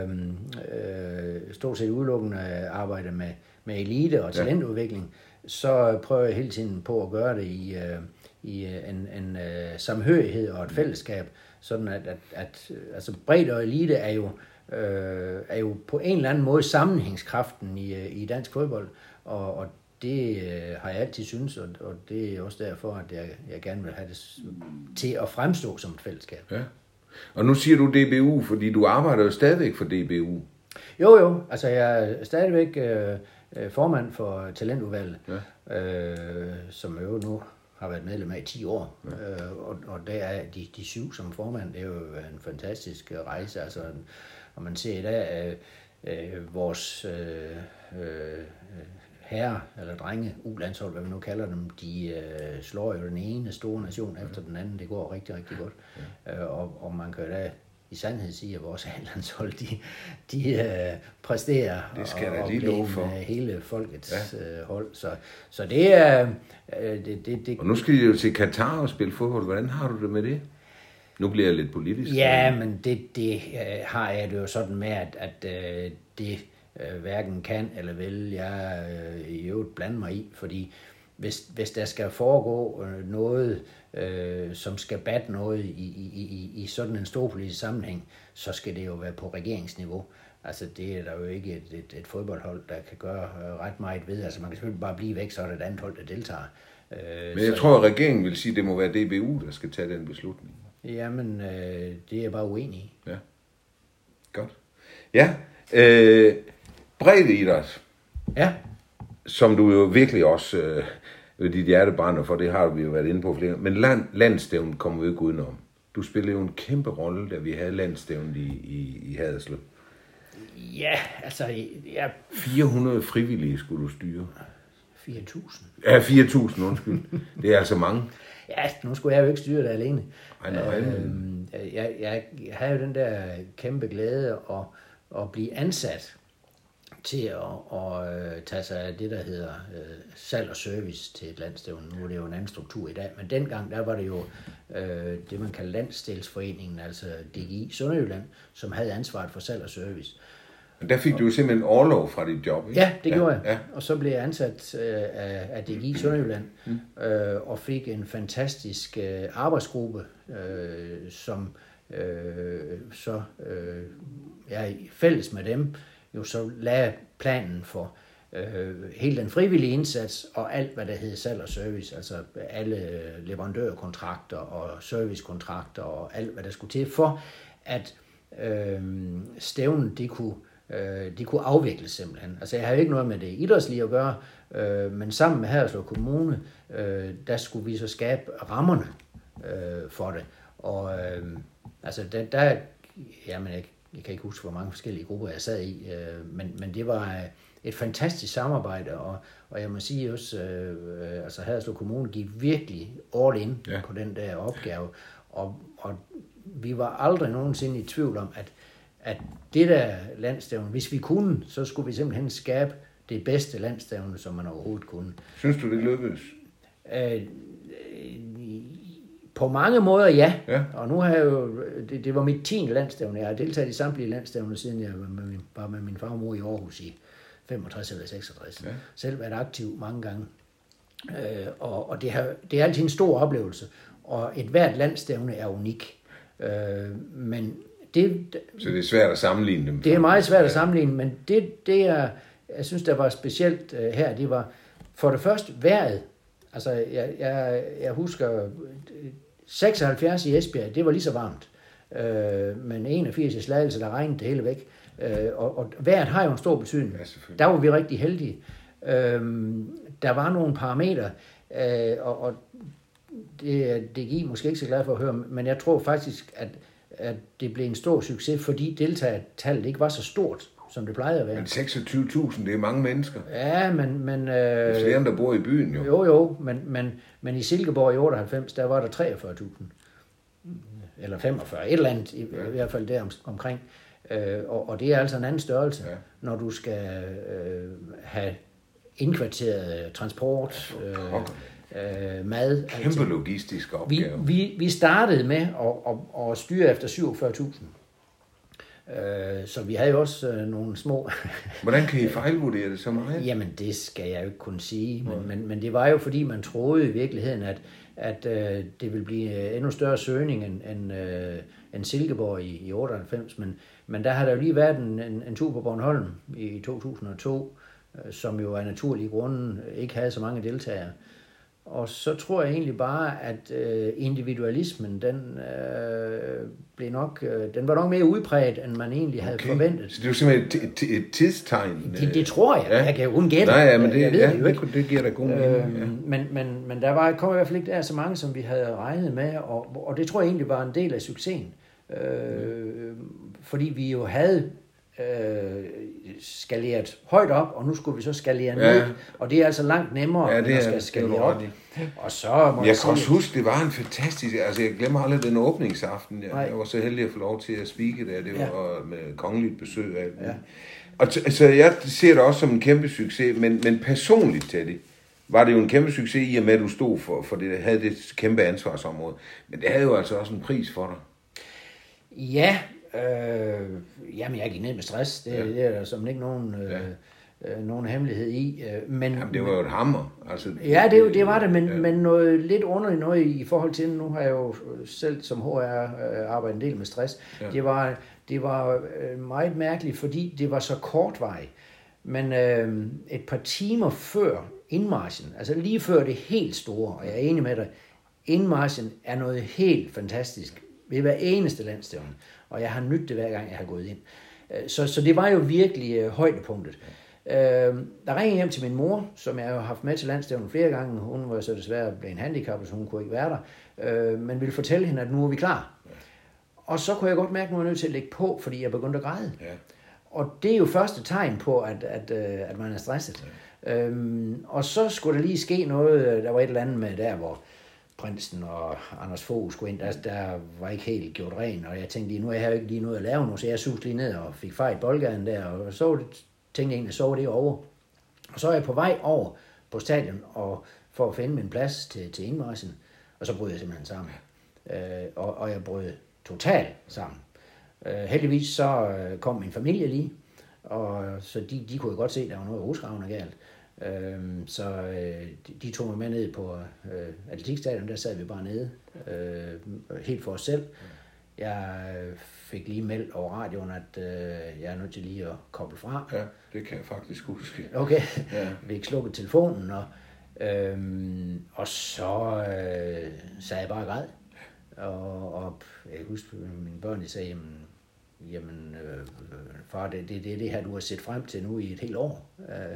øh, stort set udelukkende arbejder med, med elite og talentudvikling, ja. så prøver jeg hele tiden på at gøre det i, øh, i en, en øh, samhørighed og et fællesskab, sådan at, at, at altså bredde og elite er jo, øh, er jo på en eller anden måde sammenhængskraften i, i dansk fodbold, og, og det øh, har jeg altid syntes, og, og det er også derfor, at jeg, jeg gerne vil have det til at fremstå som et fællesskab. Ja. Og nu siger du D B U, fordi du arbejder jo stadigvæk for D B U. Jo, jo. Altså, jeg er stadigvæk øh, formand for talentudvalget, ja. øh, som jo nu har været medlem af i ti år. Ja. Øh, og, og der er de, de syv som formand. Det er jo en fantastisk rejse. Altså, og man ser i dag øh, øh, vores øh, øh, herrer eller drenge, U-landshold, hvad vi nu kalder dem, de øh, slår jo den ene store nation efter den anden. Det går rigtig, rigtig godt. Ja. Øh, og, og man kan jo da i sandhed sige, at vores A-landshold, de, de øh, præsterer det skal og, og blive for. med hele folkets ja. øh, hold. Så, så det er... Øh, det, det, det, og nu skal I jo til Katar og spille fodbold. Hvordan har du det med det? Nu bliver jeg lidt politisk. Ja, men det, det øh, har jeg det jo sådan med, at, at øh, det øh, hverken kan eller vil jeg øh, i øvrigt blande mig i, fordi hvis, hvis der skal foregå øh, noget, øh, som skal batte noget i, i, i, i sådan en stor politisk sammenhæng, så skal det jo være på regeringsniveau. Altså, det er der jo ikke et, et, et fodboldhold, der kan gøre øh, ret meget ved. Altså, man kan selvfølgelig bare blive væk, så er der et andet hold, der deltager. Øh, Men jeg så, tror, at regeringen vil sige, at det må være D B U, der skal tage den beslutning. Jamen, øh, det er jeg bare uenig i. Ja, godt. Ja, øh, breddeidræt. Ja. Som du jo virkelig også, øh, dit hjerte brænder for, det har vi jo været inde på flere, men land, landstævnen kommer vi ikke udenom. Du spillede jo en kæmpe rolle, da vi havde landstævnet i, i, i Haderslev. Ja, altså... Ja. fire hundrede frivillige skulle du styre. fire tusind. Ja, fire tusind, undskyld. Det er altså mange. Ja, nu skulle jeg jo ikke styre det alene. Ej, nej, øhm, jeg, jeg havde jo den der kæmpe glæde at, at blive ansat til at, at tage sig af det, der hedder uh, salg og service til et landstævne. Nu er det jo en anden struktur i dag, men dengang, der var det jo uh, det, man kalder Landsdelsforeningen, altså D G I Sønderjylland, som havde ansvaret for salg og service. Men der fik du jo simpelthen overlov fra dit job, ikke? Ja, det ja, gjorde jeg. Ja. Og så blev jeg ansat uh, af, af D G I Sønderjylland, mm. uh, og fik en fantastisk uh, arbejdsgruppe, uh, som uh, så uh, jeg ja, fælles med dem jo så lagde planen for øh, hele den frivillige indsats og alt, hvad der hedder salg og service, altså alle leverandørkontrakter og servicekontrakter og alt, hvad der skulle til for, at øh, stævnen, det kunne, øh, de kunne afvikles simpelthen. Altså jeg har jo ikke noget med det idrætslige at gøre, øh, men sammen med Haderslev Kommune, øh, der skulle vi så skabe rammerne øh, for det. Og øh, altså der, der jamen jeg Jeg kan ikke huske, hvor mange forskellige grupper jeg sad i, øh, men, men det var et fantastisk samarbejde, og, og jeg må sige også, øh, altså Haderslev Kommune gik virkelig all in ja. på den der opgave, og, og vi var aldrig nogensinde i tvivl om, at, at det der landstævne, hvis vi kunne, så skulle vi simpelthen skabe det bedste landstævne, som man overhovedet kunne. Synes du, det lykkedes? Øh, På mange måder, ja. ja. Og nu har jeg jo, det, det var mit tiende landstævne. Jeg har deltaget i samtlige landstævner, siden jeg var med min, var med min far og mor i Aarhus i femogtres eller seksogtres. Ja. Selv været aktiv mange gange. Øh, og og det, har, det er altid en stor oplevelse. Og et hvert landstævne er unik. Øh, men det, Så det er svært at sammenligne dem? Det er meget svært at sammenligne, men det, det er, jeg synes, der var specielt uh, her, det var for det første vejret. Altså, jeg, jeg, jeg husker seksoghalvfjerds i Esbjerg, det var lige så varmt. Øh, men enogfirs i Slagelse, der regnede det hele væk. Øh, og, og vejret har jo en stor betydning. Ja, der var vi rigtig heldige. Øh, der var nogle parametre, øh, og, og det er D G I måske ikke så glad for at høre, men jeg tror faktisk, at, at det blev en stor succes, fordi deltagertallet ikke var så stort, som det plejede at være. Men seksogtyve tusind, det er mange mennesker. Ja, men... men øh, det er flere, der bor i byen, jo. Jo, jo, men, men, men i Silkeborg i otteoghalvfems, der var der treogfyrre tusind. Eller femogfyrre, et eller andet, i, ja. i hvert fald der om, omkring. Øh, og, og det er altså en anden størrelse, ja. når du skal øh, have indkvarteret transport, øh, øh, mad. Kæmpe altså. Logistisk opgave. Vi, vi, vi startede med at, at, at styre efter syvogfyrre tusind. Øh, så vi havde jo også øh, nogle små... Hvordan kan I fejlvurdere det så meget? Jamen, det skal jeg jo ikke kunne sige, men, men, men det var jo fordi, man troede i virkeligheden, at, at øh, det ville blive endnu større søgning end, end, øh, end Silkeborg i, i otteoghalvfems, men, men der har der jo lige været en, en, en tur på Bornholm i to tusind og to, øh, som jo af naturlige grunde ikke havde så mange deltagere. Og så tror jeg egentlig bare, at øh, individualismen, den, øh, blev nok, øh, den var nok mere udbredt, end man egentlig havde okay. forventet. Så det er jo simpelthen et, et, et tidstegn? Det, det tror jeg. Ja. Jeg kan jo kun gætte. Nej, ja, men det, jeg ved ja, det jo ikke. Det, det giver da god mening. Øh, ja. Men, men, men der var, kom i hvert fald ikke der så mange, som vi havde regnet med, og, og det tror jeg egentlig var en del af succesen. Øh, fordi vi jo havde øh, skaleret højt op, og nu skulle vi så skalere ned, ja. og det er altså langt nemmere, ja, det er, at skal skalere op. Og så må jeg, jeg kan sige, også huske, det var en fantastisk, altså jeg glemmer aldrig den åbningsaften, jeg, jeg var så heldig at få lov til at speake der, det var ja. med kongeligt besøg af ja. Og t- så jeg ser det også som en kæmpe succes, men, men personligt, Teddy, var det jo en kæmpe succes i og med, at du stod for, for det, havde det kæmpe ansvarsområde. Men det havde jo altså også en pris for dig. Ja, øh, jamen jeg gik ned med stress. Det, ja. det er der som ikke nogen... Øh, ja. nogen hemmelighed i, men... Jamen, det var jo et hammer, altså... Ja, det, det var det, men, ja. men noget lidt underligt noget i forhold til, nu har jeg jo selv som H R arbejdet en del med stress, ja. det, var, det var meget mærkeligt, fordi det var så kortvarigt, men øh, et par timer før indmarchen, altså lige før det helt store, og jeg er enig med dig, indmarchen er noget helt fantastisk ved hver eneste landstævne, og jeg har nydt det hver gang, jeg har gået ind. Så, så det var jo virkelig øh, højdepunktet. Ja. Øh, der ringede hjem til min mor, som jeg har haft med til landstævnen flere gange. Hun var så desværre blevet handicappet, så hun kunne ikke være der. Øh, men ville fortælle hende, at nu er vi klar. Ja. Og så kunne jeg godt mærke, at nu er jeg nødt til at lægge på, fordi jeg begyndte at græde. Ja. Og det er jo første tegn på, at, at, at man er stresset. Ja. Øhm, og så skulle der lige ske noget. Der var et eller andet med der, hvor prinsen og Anders Fogh skulle ind. Der, der var ikke helt gjort ren, og jeg tænkte lige, nu er jeg jo ikke lige noget at lave nu, så jeg susede lige ned og fik fejl boldgaden der, og så det, tænkte jeg egentlig, så var det over. Og så er jeg på vej over på stadion og for at finde min plads til, til indmarchen, og så brød jeg simpelthen sammen. Øh, og, og jeg brød totalt sammen. Øh, heldigvis så øh, kom min familie lige, og så de, de kunne jo godt se, at der var noget husgravende galt. Øh, så øh, de, de tog mig med ned på øh, atletikstadion, der sad vi bare nede, øh, helt for os selv. Jeg fik lige meldt over radioen, at øh, jeg er nødt til lige at koble fra. Ja, det kan jeg faktisk huske. Okay, ja. Vi fik slukket telefonen, og, øhm, og så øh, sagde jeg bare græd. Og, og jeg kan huske, at mine børn de sagde, jamen, jamen øh, far, det er det, det, det her, du har set frem til nu i et helt år.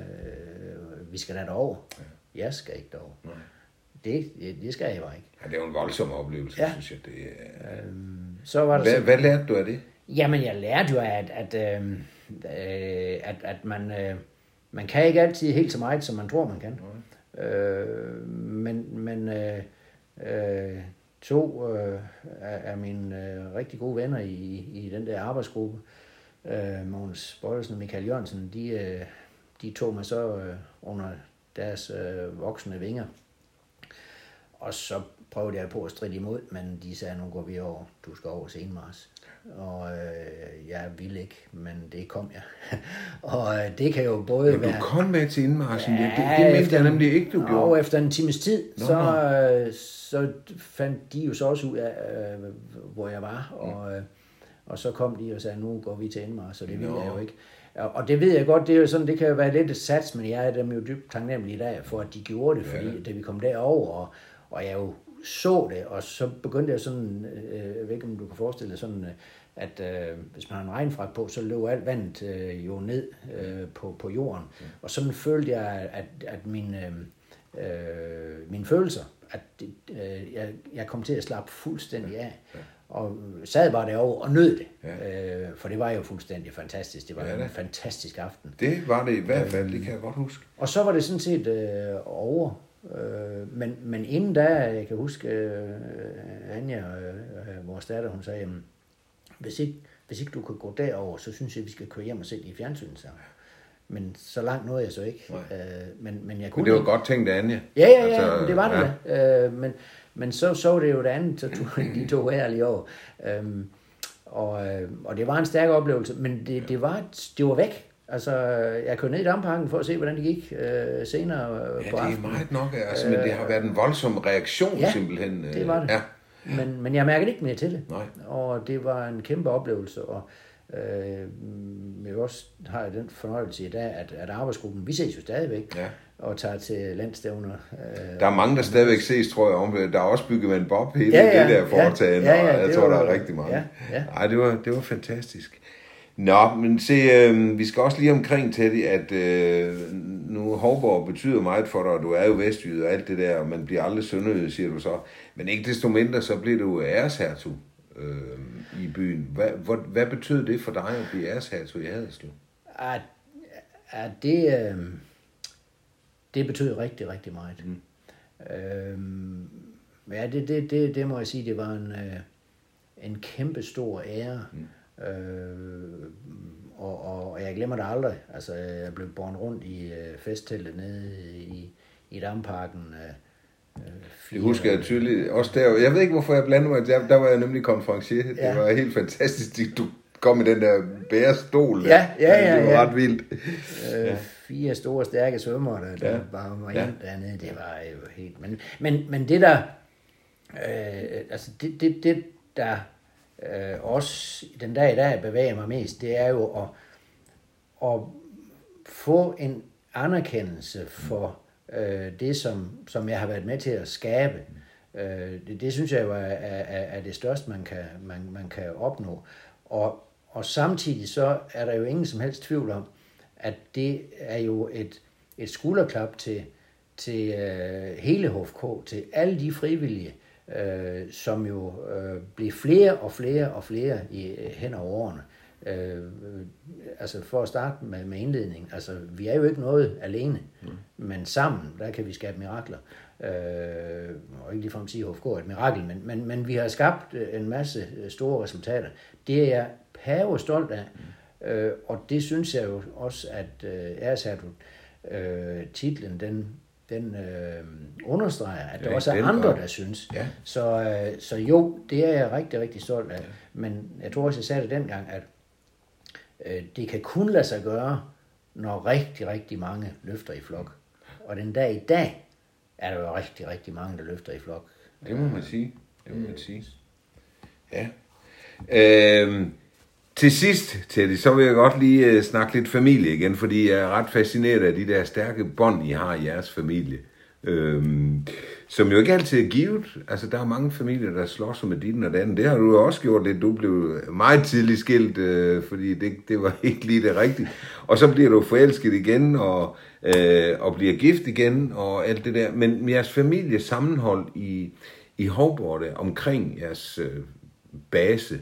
Øh, vi skal da derover. Ja. Jeg skal ikke derover. Nej. Det, det skal jeg bare ikke. Ja, det er jo en voldsom oplevelse, ja. Synes jeg. Det er... øhm, så var der hvad, så... hvad lærte du af det? Jamen, jeg lærte jo, at, at, øh, at, at man, øh, man kan ikke altid helt så meget, som man tror, man kan. Mm. Øh, men men øh, øh, to øh, af mine øh, rigtig gode venner i, i den der arbejdsgruppe, øh, Mogens Bøjlesen og Michael Jørgensen, de, øh, de tog mig så øh, under deres øh, voksne vinger. Og så prøvede jeg på at stride imod, men de sagde, nu går vi over, du skal over senmars. Og øh, jeg ville ikke, men det kom jeg. og øh, det kan jo både men være... du kom med til indmarsen, ja, det, det mente jeg nemlig ikke, du gjorde. Og efter en times tid, Nå, så, øh, så fandt de jo så også ud af, øh, hvor jeg var, og, øh, og så kom de og sagde, nu går vi til indmars, og det ville jeg jo ikke. Og det ved jeg godt, det er jo sådan, det kan jo være lidt et sats, men jeg er dem jo dybt taknemmelig i dag for, at de gjorde det, fordi ja. Da vi kom derover, og, og jeg jo så det, og så begyndte jeg sådan, øh, jeg ved ikke om du kan forestille dig sådan, at øh, hvis man har en regnfrak på, så løber alt vandet øh, jo ned øh, på, på jorden, ja. Og sådan følte jeg, at, at mine, øh, mine følelser, at øh, jeg, jeg kom til at slappe fuldstændig af. Ja. Og sad bare derovre og nød det, ja. øh, for det var jo fuldstændig fantastisk. Det var ja, en fantastisk aften. Det var det i hvert fald, det kan jeg godt huske. Og så var det sådan set øh, over. Øh, men, men inden da, jeg kan huske, øh, Anja, øh, vores datter, hun sagde, jamen, hvis ikke, hvis ikke du kan gå derover, så synes jeg, vi skal køre hjem og se det i fjernsynet. Så. Men så langt nåede jeg så ikke. Øh, men, men, jeg kunne men det var ikke. godt tænkt, Anja. Ja, ja, ja, altså, det var det ja. øh, men, men så så det jo det andet, så tog de to her lige over. Øhm, og, og det var en stærk oplevelse, men det, det, var, det var væk. Altså, jeg kørte ned i dampparken for at se, hvordan det gik øh, senere ja, på aftenen. Ja, det er meget nok, altså, men det har været en voldsom reaktion ja, simpelthen. det var det. Ja. Men, men jeg mærkede ikke mere til det. Nej. Og det var en kæmpe oplevelse, og øh, jeg også har jeg den fornøjelse i dag, at, at arbejdsgruppen, vi ses jo stadigvæk, ja. Og tager til landstævner. Øh, der er mange, der stadigvæk ses, tror jeg, om der er også bygget med en bob hele ja, ja, det der foretagende, ja, ja, ja, og jeg tror, var, der er rigtig mange. Ja, ja. Ej, det var, det var fantastisk. Nå, men se, øh, vi skal også lige omkring til det, at øh, nu Hovborg betyder meget for dig, og du er jo vestjyde og alt det der, og man bliver aldrig sønderjyde, siger du så. Men ikke desto mindre, så bliver du æreshertug øh, i byen. Hvad, hvad, hvad betød det for dig at blive æreshertug i Haderslev? At, at det, øh, det betød rigtig, rigtig meget. Mm. Øh, ja, det, det, det, det må jeg sige, det var en, øh, en kæmpe stor ære. Mm. Øh, og, og jeg glemmer det aldrig. Altså, jeg blev båret rundt i øh, festteltet nede i, i Damparken. Øh, det husker jeg tydeligt. Også der, jeg ved ikke, hvorfor jeg blandede mig. Der, der var jeg nemlig konferencier. Det ja. var helt fantastisk. Du kom med den der bærestol. Der. Ja, ja, ja. Det var ja. ret vildt. Øh, ja. Fire store, stærke svømmere, der, der ja. bare var ja. dernede. Det var jo helt... Men, men, men det der... Øh, altså, det, det, det der øh, også den dag i dag bevæger mig mest, det er jo at, at få en anerkendelse for øh, det, som, som jeg har været med til at skabe. Øh, det, det synes jeg jo er, er, er det største, man kan, man, man kan opnå. Og, og samtidig så er der jo ingen som helst tvivl om, at det er jo et, et skulderklap til, til øh, hele H F K, til alle de frivillige, øh, som jo øh, blev flere og flere og flere i, hen over årene. Øh, altså for at starte med, med indledning, altså vi er jo ikke noget alene, mm. men sammen, der kan vi skabe mirakler. Øh, og ikke ligefrem sige, at H F K er et mirakel, men, men, men vi har skabt en masse store resultater. Det er jeg pæve stolt af, mm. øh, og det synes jeg jo også, at øh, æreshertug øh, titlen, den, den øh, understreger, at der også er andre, der synes. Ja. Så, øh, så jo, det er jeg rigtig, rigtig stolt af. Ja. Men jeg tror også, jeg sagde det dengang, at øh, det kan kun lade sig gøre, når rigtig, rigtig mange løfter i flok. Og den dag i dag, er der jo rigtig, rigtig mange, der løfter i flok. Det må man sige. Det må man sige. Ja. Øhm, til sidst, Teddy, så vil jeg godt lige uh, snakke lidt familie igen, fordi jeg er ret fascineret af de der stærke bånd, I har i jeres familie. Øhm, som jo ikke altid er givet. Altså, der er mange familier, der slås med dit og den. Det har du jo også gjort lidt. Du blev meget tidligt skilt, øh, fordi det, det var ikke lige det rigtige. Og så bliver du forelsket igen, og, øh, og bliver gift igen, og alt det der. Men jeres familie sammenhold i, i Hovborg omkring jeres øh, base,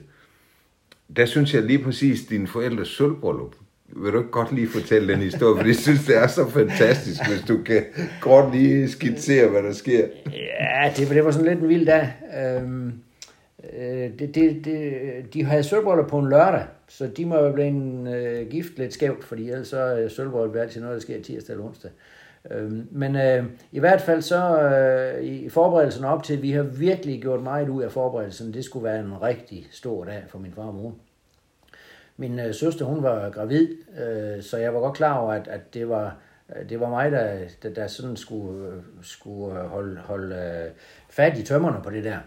der synes jeg lige præcis, dine forældres sølvbryllup. Vil du ikke godt lige fortælle den historie, for jeg synes, det er så fantastisk, hvis du kan godt lige skitsere, hvad der sker. Ja, det, det var sådan lidt en vild dag. Øhm, øh, det, det, det, de havde sølvbryllup på en lørdag, så de må jo blive en øh, gift lidt skævt, fordi ellers så er sølvbryllup altid noget, der sker tirsdag eller onsdag. Øhm, men øh, i hvert fald så øh, i forberedelsen op til, vi har virkelig gjort meget ud af forberedelsen. Det skulle være en rigtig stor dag for min far og mor. Min øh, søster, hun var gravid, øh, så jeg var godt klar over, at, at det, var, det var mig, der, der, der sådan skulle, skulle holde, holde øh, fat i tømmerne på det der.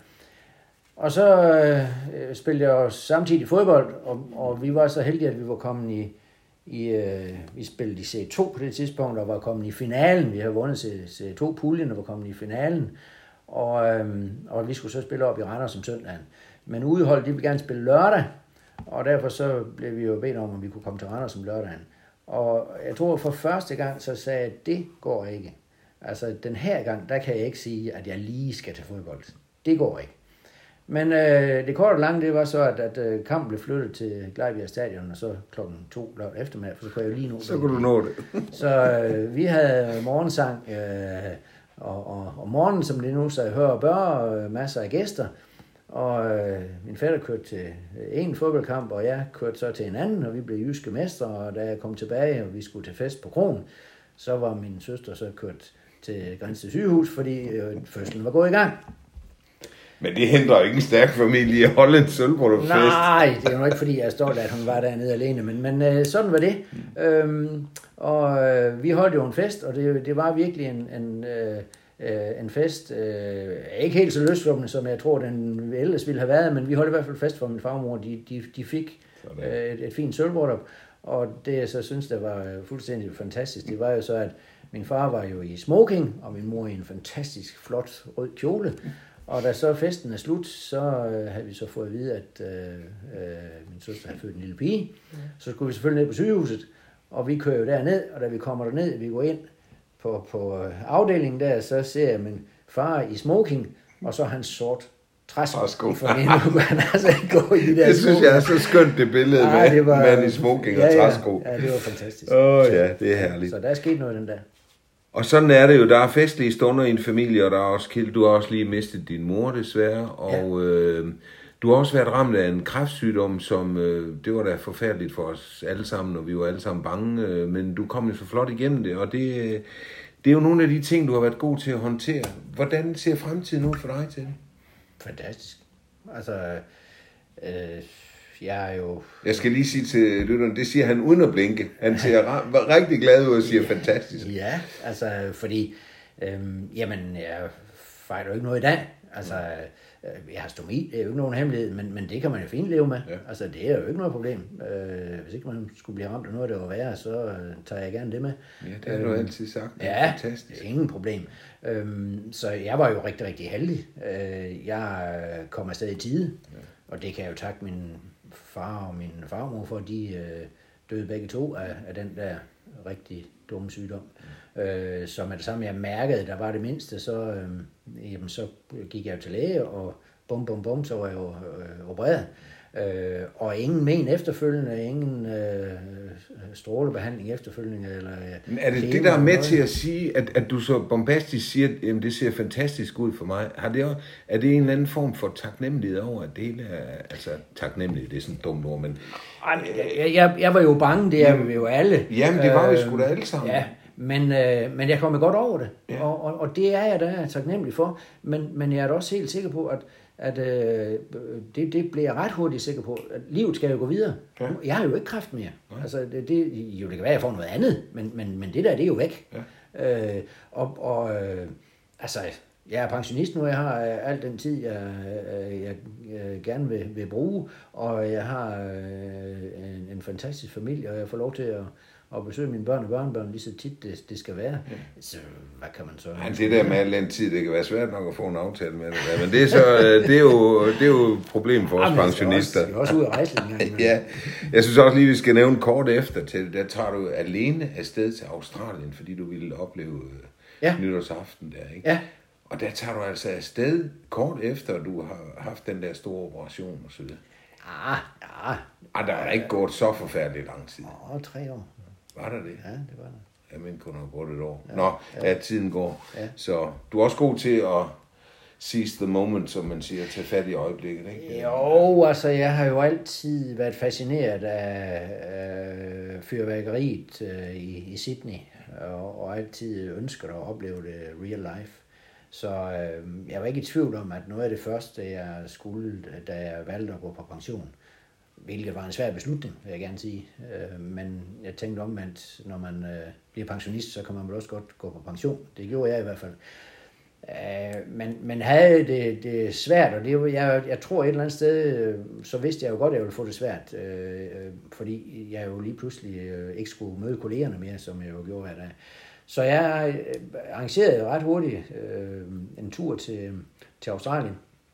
Og så øh, spillede jeg jo samtidig fodbold, og, og vi var så heldige, at vi var kommet i, i øh, vi spillede i C to på det tidspunkt, og var kommet i finalen. Vi havde vundet C to-puljen og var kommet i finalen, og, øh, og vi skulle så spille op i Randers om søndagen. Men udeholdet, de ville gerne spille lørdag, og derfor så blev vi jo bedt om, om vi kunne komme til Randers om lørdagen. Og jeg tror for første gang, så sagde jeg, at det går ikke. Altså den her gang, der kan jeg ikke sige, at jeg lige skal til fodbold. Det går ikke. Men øh, det korte og lange, det var så, at, at øh, kampen blev flyttet til Glejbjerg Stadion, og så klokken to lørdag eftermiddag, for så kunne jeg jo lige nå det. Så kunne du nå det. Så øh, vi havde morgensang, øh, og, og, og morgenen, som det nu så hører og bør, og masser af gæster. Og øh, min fætter kørte til en fodboldkamp, og jeg kørte så til en anden, og vi blev jyske mestre, og da jeg kom tilbage, og vi skulle til fest på Kronen, så var min søster så kørt til Grænsted sygehus, fordi øh, fødslen var gået i gang. Men det hindrer ikke en stærk familie at holde en sølvbryllupsfest. Nej, det er jo ikke, fordi jeg er stolt af, at hun var dernede alene, men, men øh, sådan var det. Mm. Øhm, og øh, vi holdt jo en fest, og det, det var virkelig en... en øh, Uh, en fest, uh, ikke helt så løsluppende, som jeg tror, den ellers ville have været, men vi holdt i hvert fald fest for min far og mor. De, de, de fik uh, et, et fint sølvbryllup, og det jeg så synes, der var fuldstændig fantastisk, det var jo så, at min far var jo i smoking, og min mor i en fantastisk flot rød kjole, og da så festen er slut, så uh, havde vi så fået at vide, at uh, uh, min søster havde født en lille pige, så skulle vi selvfølgelig ned på sygehuset, og vi kører jo derned, og da vi kommer derned, vi går ind, På, på afdelingen der, så ser jeg min far i smoking, og så hans sort træsko. For mig, nu kan han altså ikke gå i de der Det synes jeg er så skønt, det billede Ej, med det var, mand i smoking ja, og træsko. Ja, ja, det var fantastisk. Åh oh, ja, det er herligt. Så der er sket noget den der. Og sådan er det jo, der er festlige stunder i en familie, og der er også kild. Du har også lige mistet din mor desværre, og ja. øh, du har også været ramt af en kræftsygdom, som, øh, det var da forfærdeligt for os alle sammen, og vi var alle sammen bange, øh, men du kom jo så flot igennem det, og det, det er jo nogle af de ting, du har været god til at håndtere. Hvordan ser fremtiden ud for dig til det? Fantastisk. Altså, øh, jeg er jo... Jeg skal lige sige til lytteren, det siger han uden at blinke. Han ser rigtig glad ud og siger fantastisk. Ja, altså, fordi, øh, jamen, jeg fejler jo ikke noget i dag. Altså, øh, jeg har stomi, det er jo ikke nogen hemmelighed, men, men det kan man jo fint leve med. Ja. Altså, det er jo ikke noget problem. Øh, hvis ikke man skulle blive ramt af noget, der var værre, så øh, tager jeg gerne det med. Ja, det har du øh, altid sagt. Det ja, fantastisk. Ingen problem. Øh, så jeg var jo rigtig, rigtig heldig. Øh, jeg kom afsted i tide, ja. Og det kan jeg jo takke min far og min farmor for, de øh, døde begge to af, af den der rigtig dumme sygdom. Mm. Øh, så med det samme, jeg mærkede, der var det mindste, så, øh, jamen, så gik jeg jo til læge, og bum, bum, bum, så var jeg jo øh, opereret. Øh, og ingen men efterfølgende, ingen øh, strålebehandling efterfølgende. Eller, Men er det det, der er med til at sige, at, at du så bombastisk siger, at det ser fantastisk ud for mig? Har det også, er det en eller anden form for taknemmelighed over, at det hele er, altså taknemmelighed, det er sådan et dumt ord, men... Jeg, jeg, jeg var jo bange, det er vi jo alle. Jamen, det var vi sgu da alle sammen. Ja. Men, øh, men jeg kommer godt over det, ja. og, og, og det er jeg da taknemmelig for, men, men jeg er da også helt sikker på, at, at øh, det, det bliver jeg ret hurtigt sikker på, at livet skal jo gå videre. Ja. Jeg har jo ikke kræft mere. Ja. Altså, det, det, jo, det kan være, at jeg får noget andet, men, men, men det der, det er jo væk. Ja. Øh, og og øh, altså, jeg er pensionist nu, jeg har øh, al den tid, jeg, øh, jeg øh, gerne vil, vil bruge, og jeg har øh, en, en fantastisk familie, og jeg får lov til at og besøge mine børn og børnebørn lige så tit det, det skal være. Ja. Så hvad kan man så... Ja, det der med al den tid, det kan være svært nok at få en aftale med det der, men det er, så, det er, jo, det er jo et problem for os ja, pensionister. Vi er også ude at rejse lidt. Ja, jeg synes også lige, vi skal nævne kort efter til det. Der tager du alene afsted til Australien, fordi du ville opleve ja. nytårsaften der, ikke? Ja. Og der tager du altså afsted kort efter, du har haft den der store operation og så videre. Ja, ja. Ah, der er ikke gået så forfærdeligt lang tid. Åh, tre år. Var der det? Ja, det var der. Jeg mener kun har gået et år. Ja, Nå, ja, ja tiden går. Ja. Så du er også god til at seize the moment, som man siger, tage fat i øjeblikket, ikke? Jo, altså jeg har jo altid været fascineret af øh, fyrværkeriet øh, i, i Sydney, og, og altid ønsket at opleve det real life. Så øh, jeg var ikke i tvivl om, at noget af det første, jeg skulle, da jeg valgte at gå på pension, hvilket var en svær beslutning, vil jeg gerne sige. Øh, men jeg tænkte om, at når man øh, bliver pensionist, så kan man vel også godt gå på pension. Det gjorde jeg i hvert fald. Øh, men, men havde det, det svært, og det, jeg, jeg tror et eller andet sted, øh, så vidste jeg jo godt, at jeg ville få det svært. Øh, fordi jeg jo lige pludselig øh, ikke skulle møde kollegerne mere, som jeg jo gjorde hver dag. Så jeg øh, arrangerede ret hurtigt øh, en tur til, til Australien.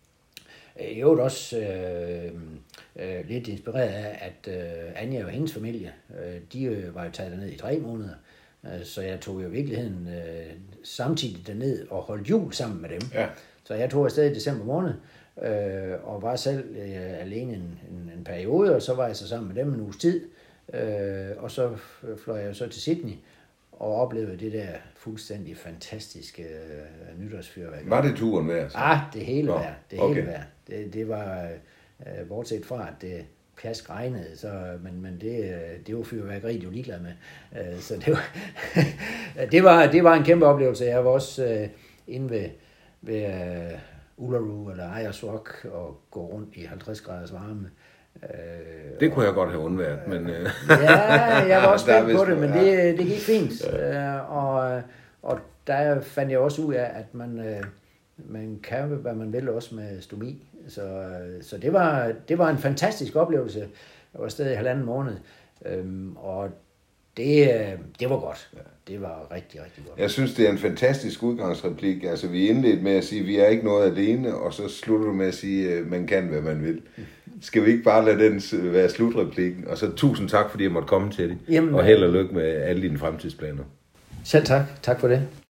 I øvrigt også øh, øh, lidt inspireret af, at øh, Anja og hendes familie, øh, de øh, var jo taget derned i tre måneder, øh, så jeg tog jo i virkeligheden øh, samtidig derned og holdt jul sammen med dem. Ja. Så jeg tog afsted i december måned, øh, og var selv øh, alene en, en, en periode, og så var jeg så sammen med dem en uges tid, øh, og så fløj jeg så til Sydney, og oplevede det der fuldstændig fantastiske øh, nytårsfyrværkeri. Var det turen værd? Ah, det hele værd. Det okay. hele værd. Det, det var, øh, bortset fra, at det plask regnede, så, men, men det, det var fyrværkeri, de var ligeglade med. Øh, så det var, det, var, det var en kæmpe oplevelse. Jeg var også øh, inde ved, ved uh, Uluru eller Ayers Rock og gå rundt i halvtreds graders varme. Øh, det kunne jeg godt have undværet, men... Øh. Ja, jeg var også spændt på det, men det, det gik fint. Ja. Øh, og, og der fandt jeg også ud af, at man, øh, man kan, hvad man vil, også med stomi. Så, så det, var, det var en fantastisk oplevelse. Jeg var stadig i halvanden måned, øh, og det, det var godt. Det var rigtig, rigtig godt. Jeg synes, det er en fantastisk udgangsreplik. Altså, vi indledte med at sige, at vi er ikke noget alene, og så slutter du med at sige, at man kan, hvad man vil. Skal vi ikke bare lade den være slutreplikken? Og så tusind tak, fordi jeg måtte komme til det. Jamen, og held og lykke med alle dine fremtidsplaner. Selv tak. Tak for det.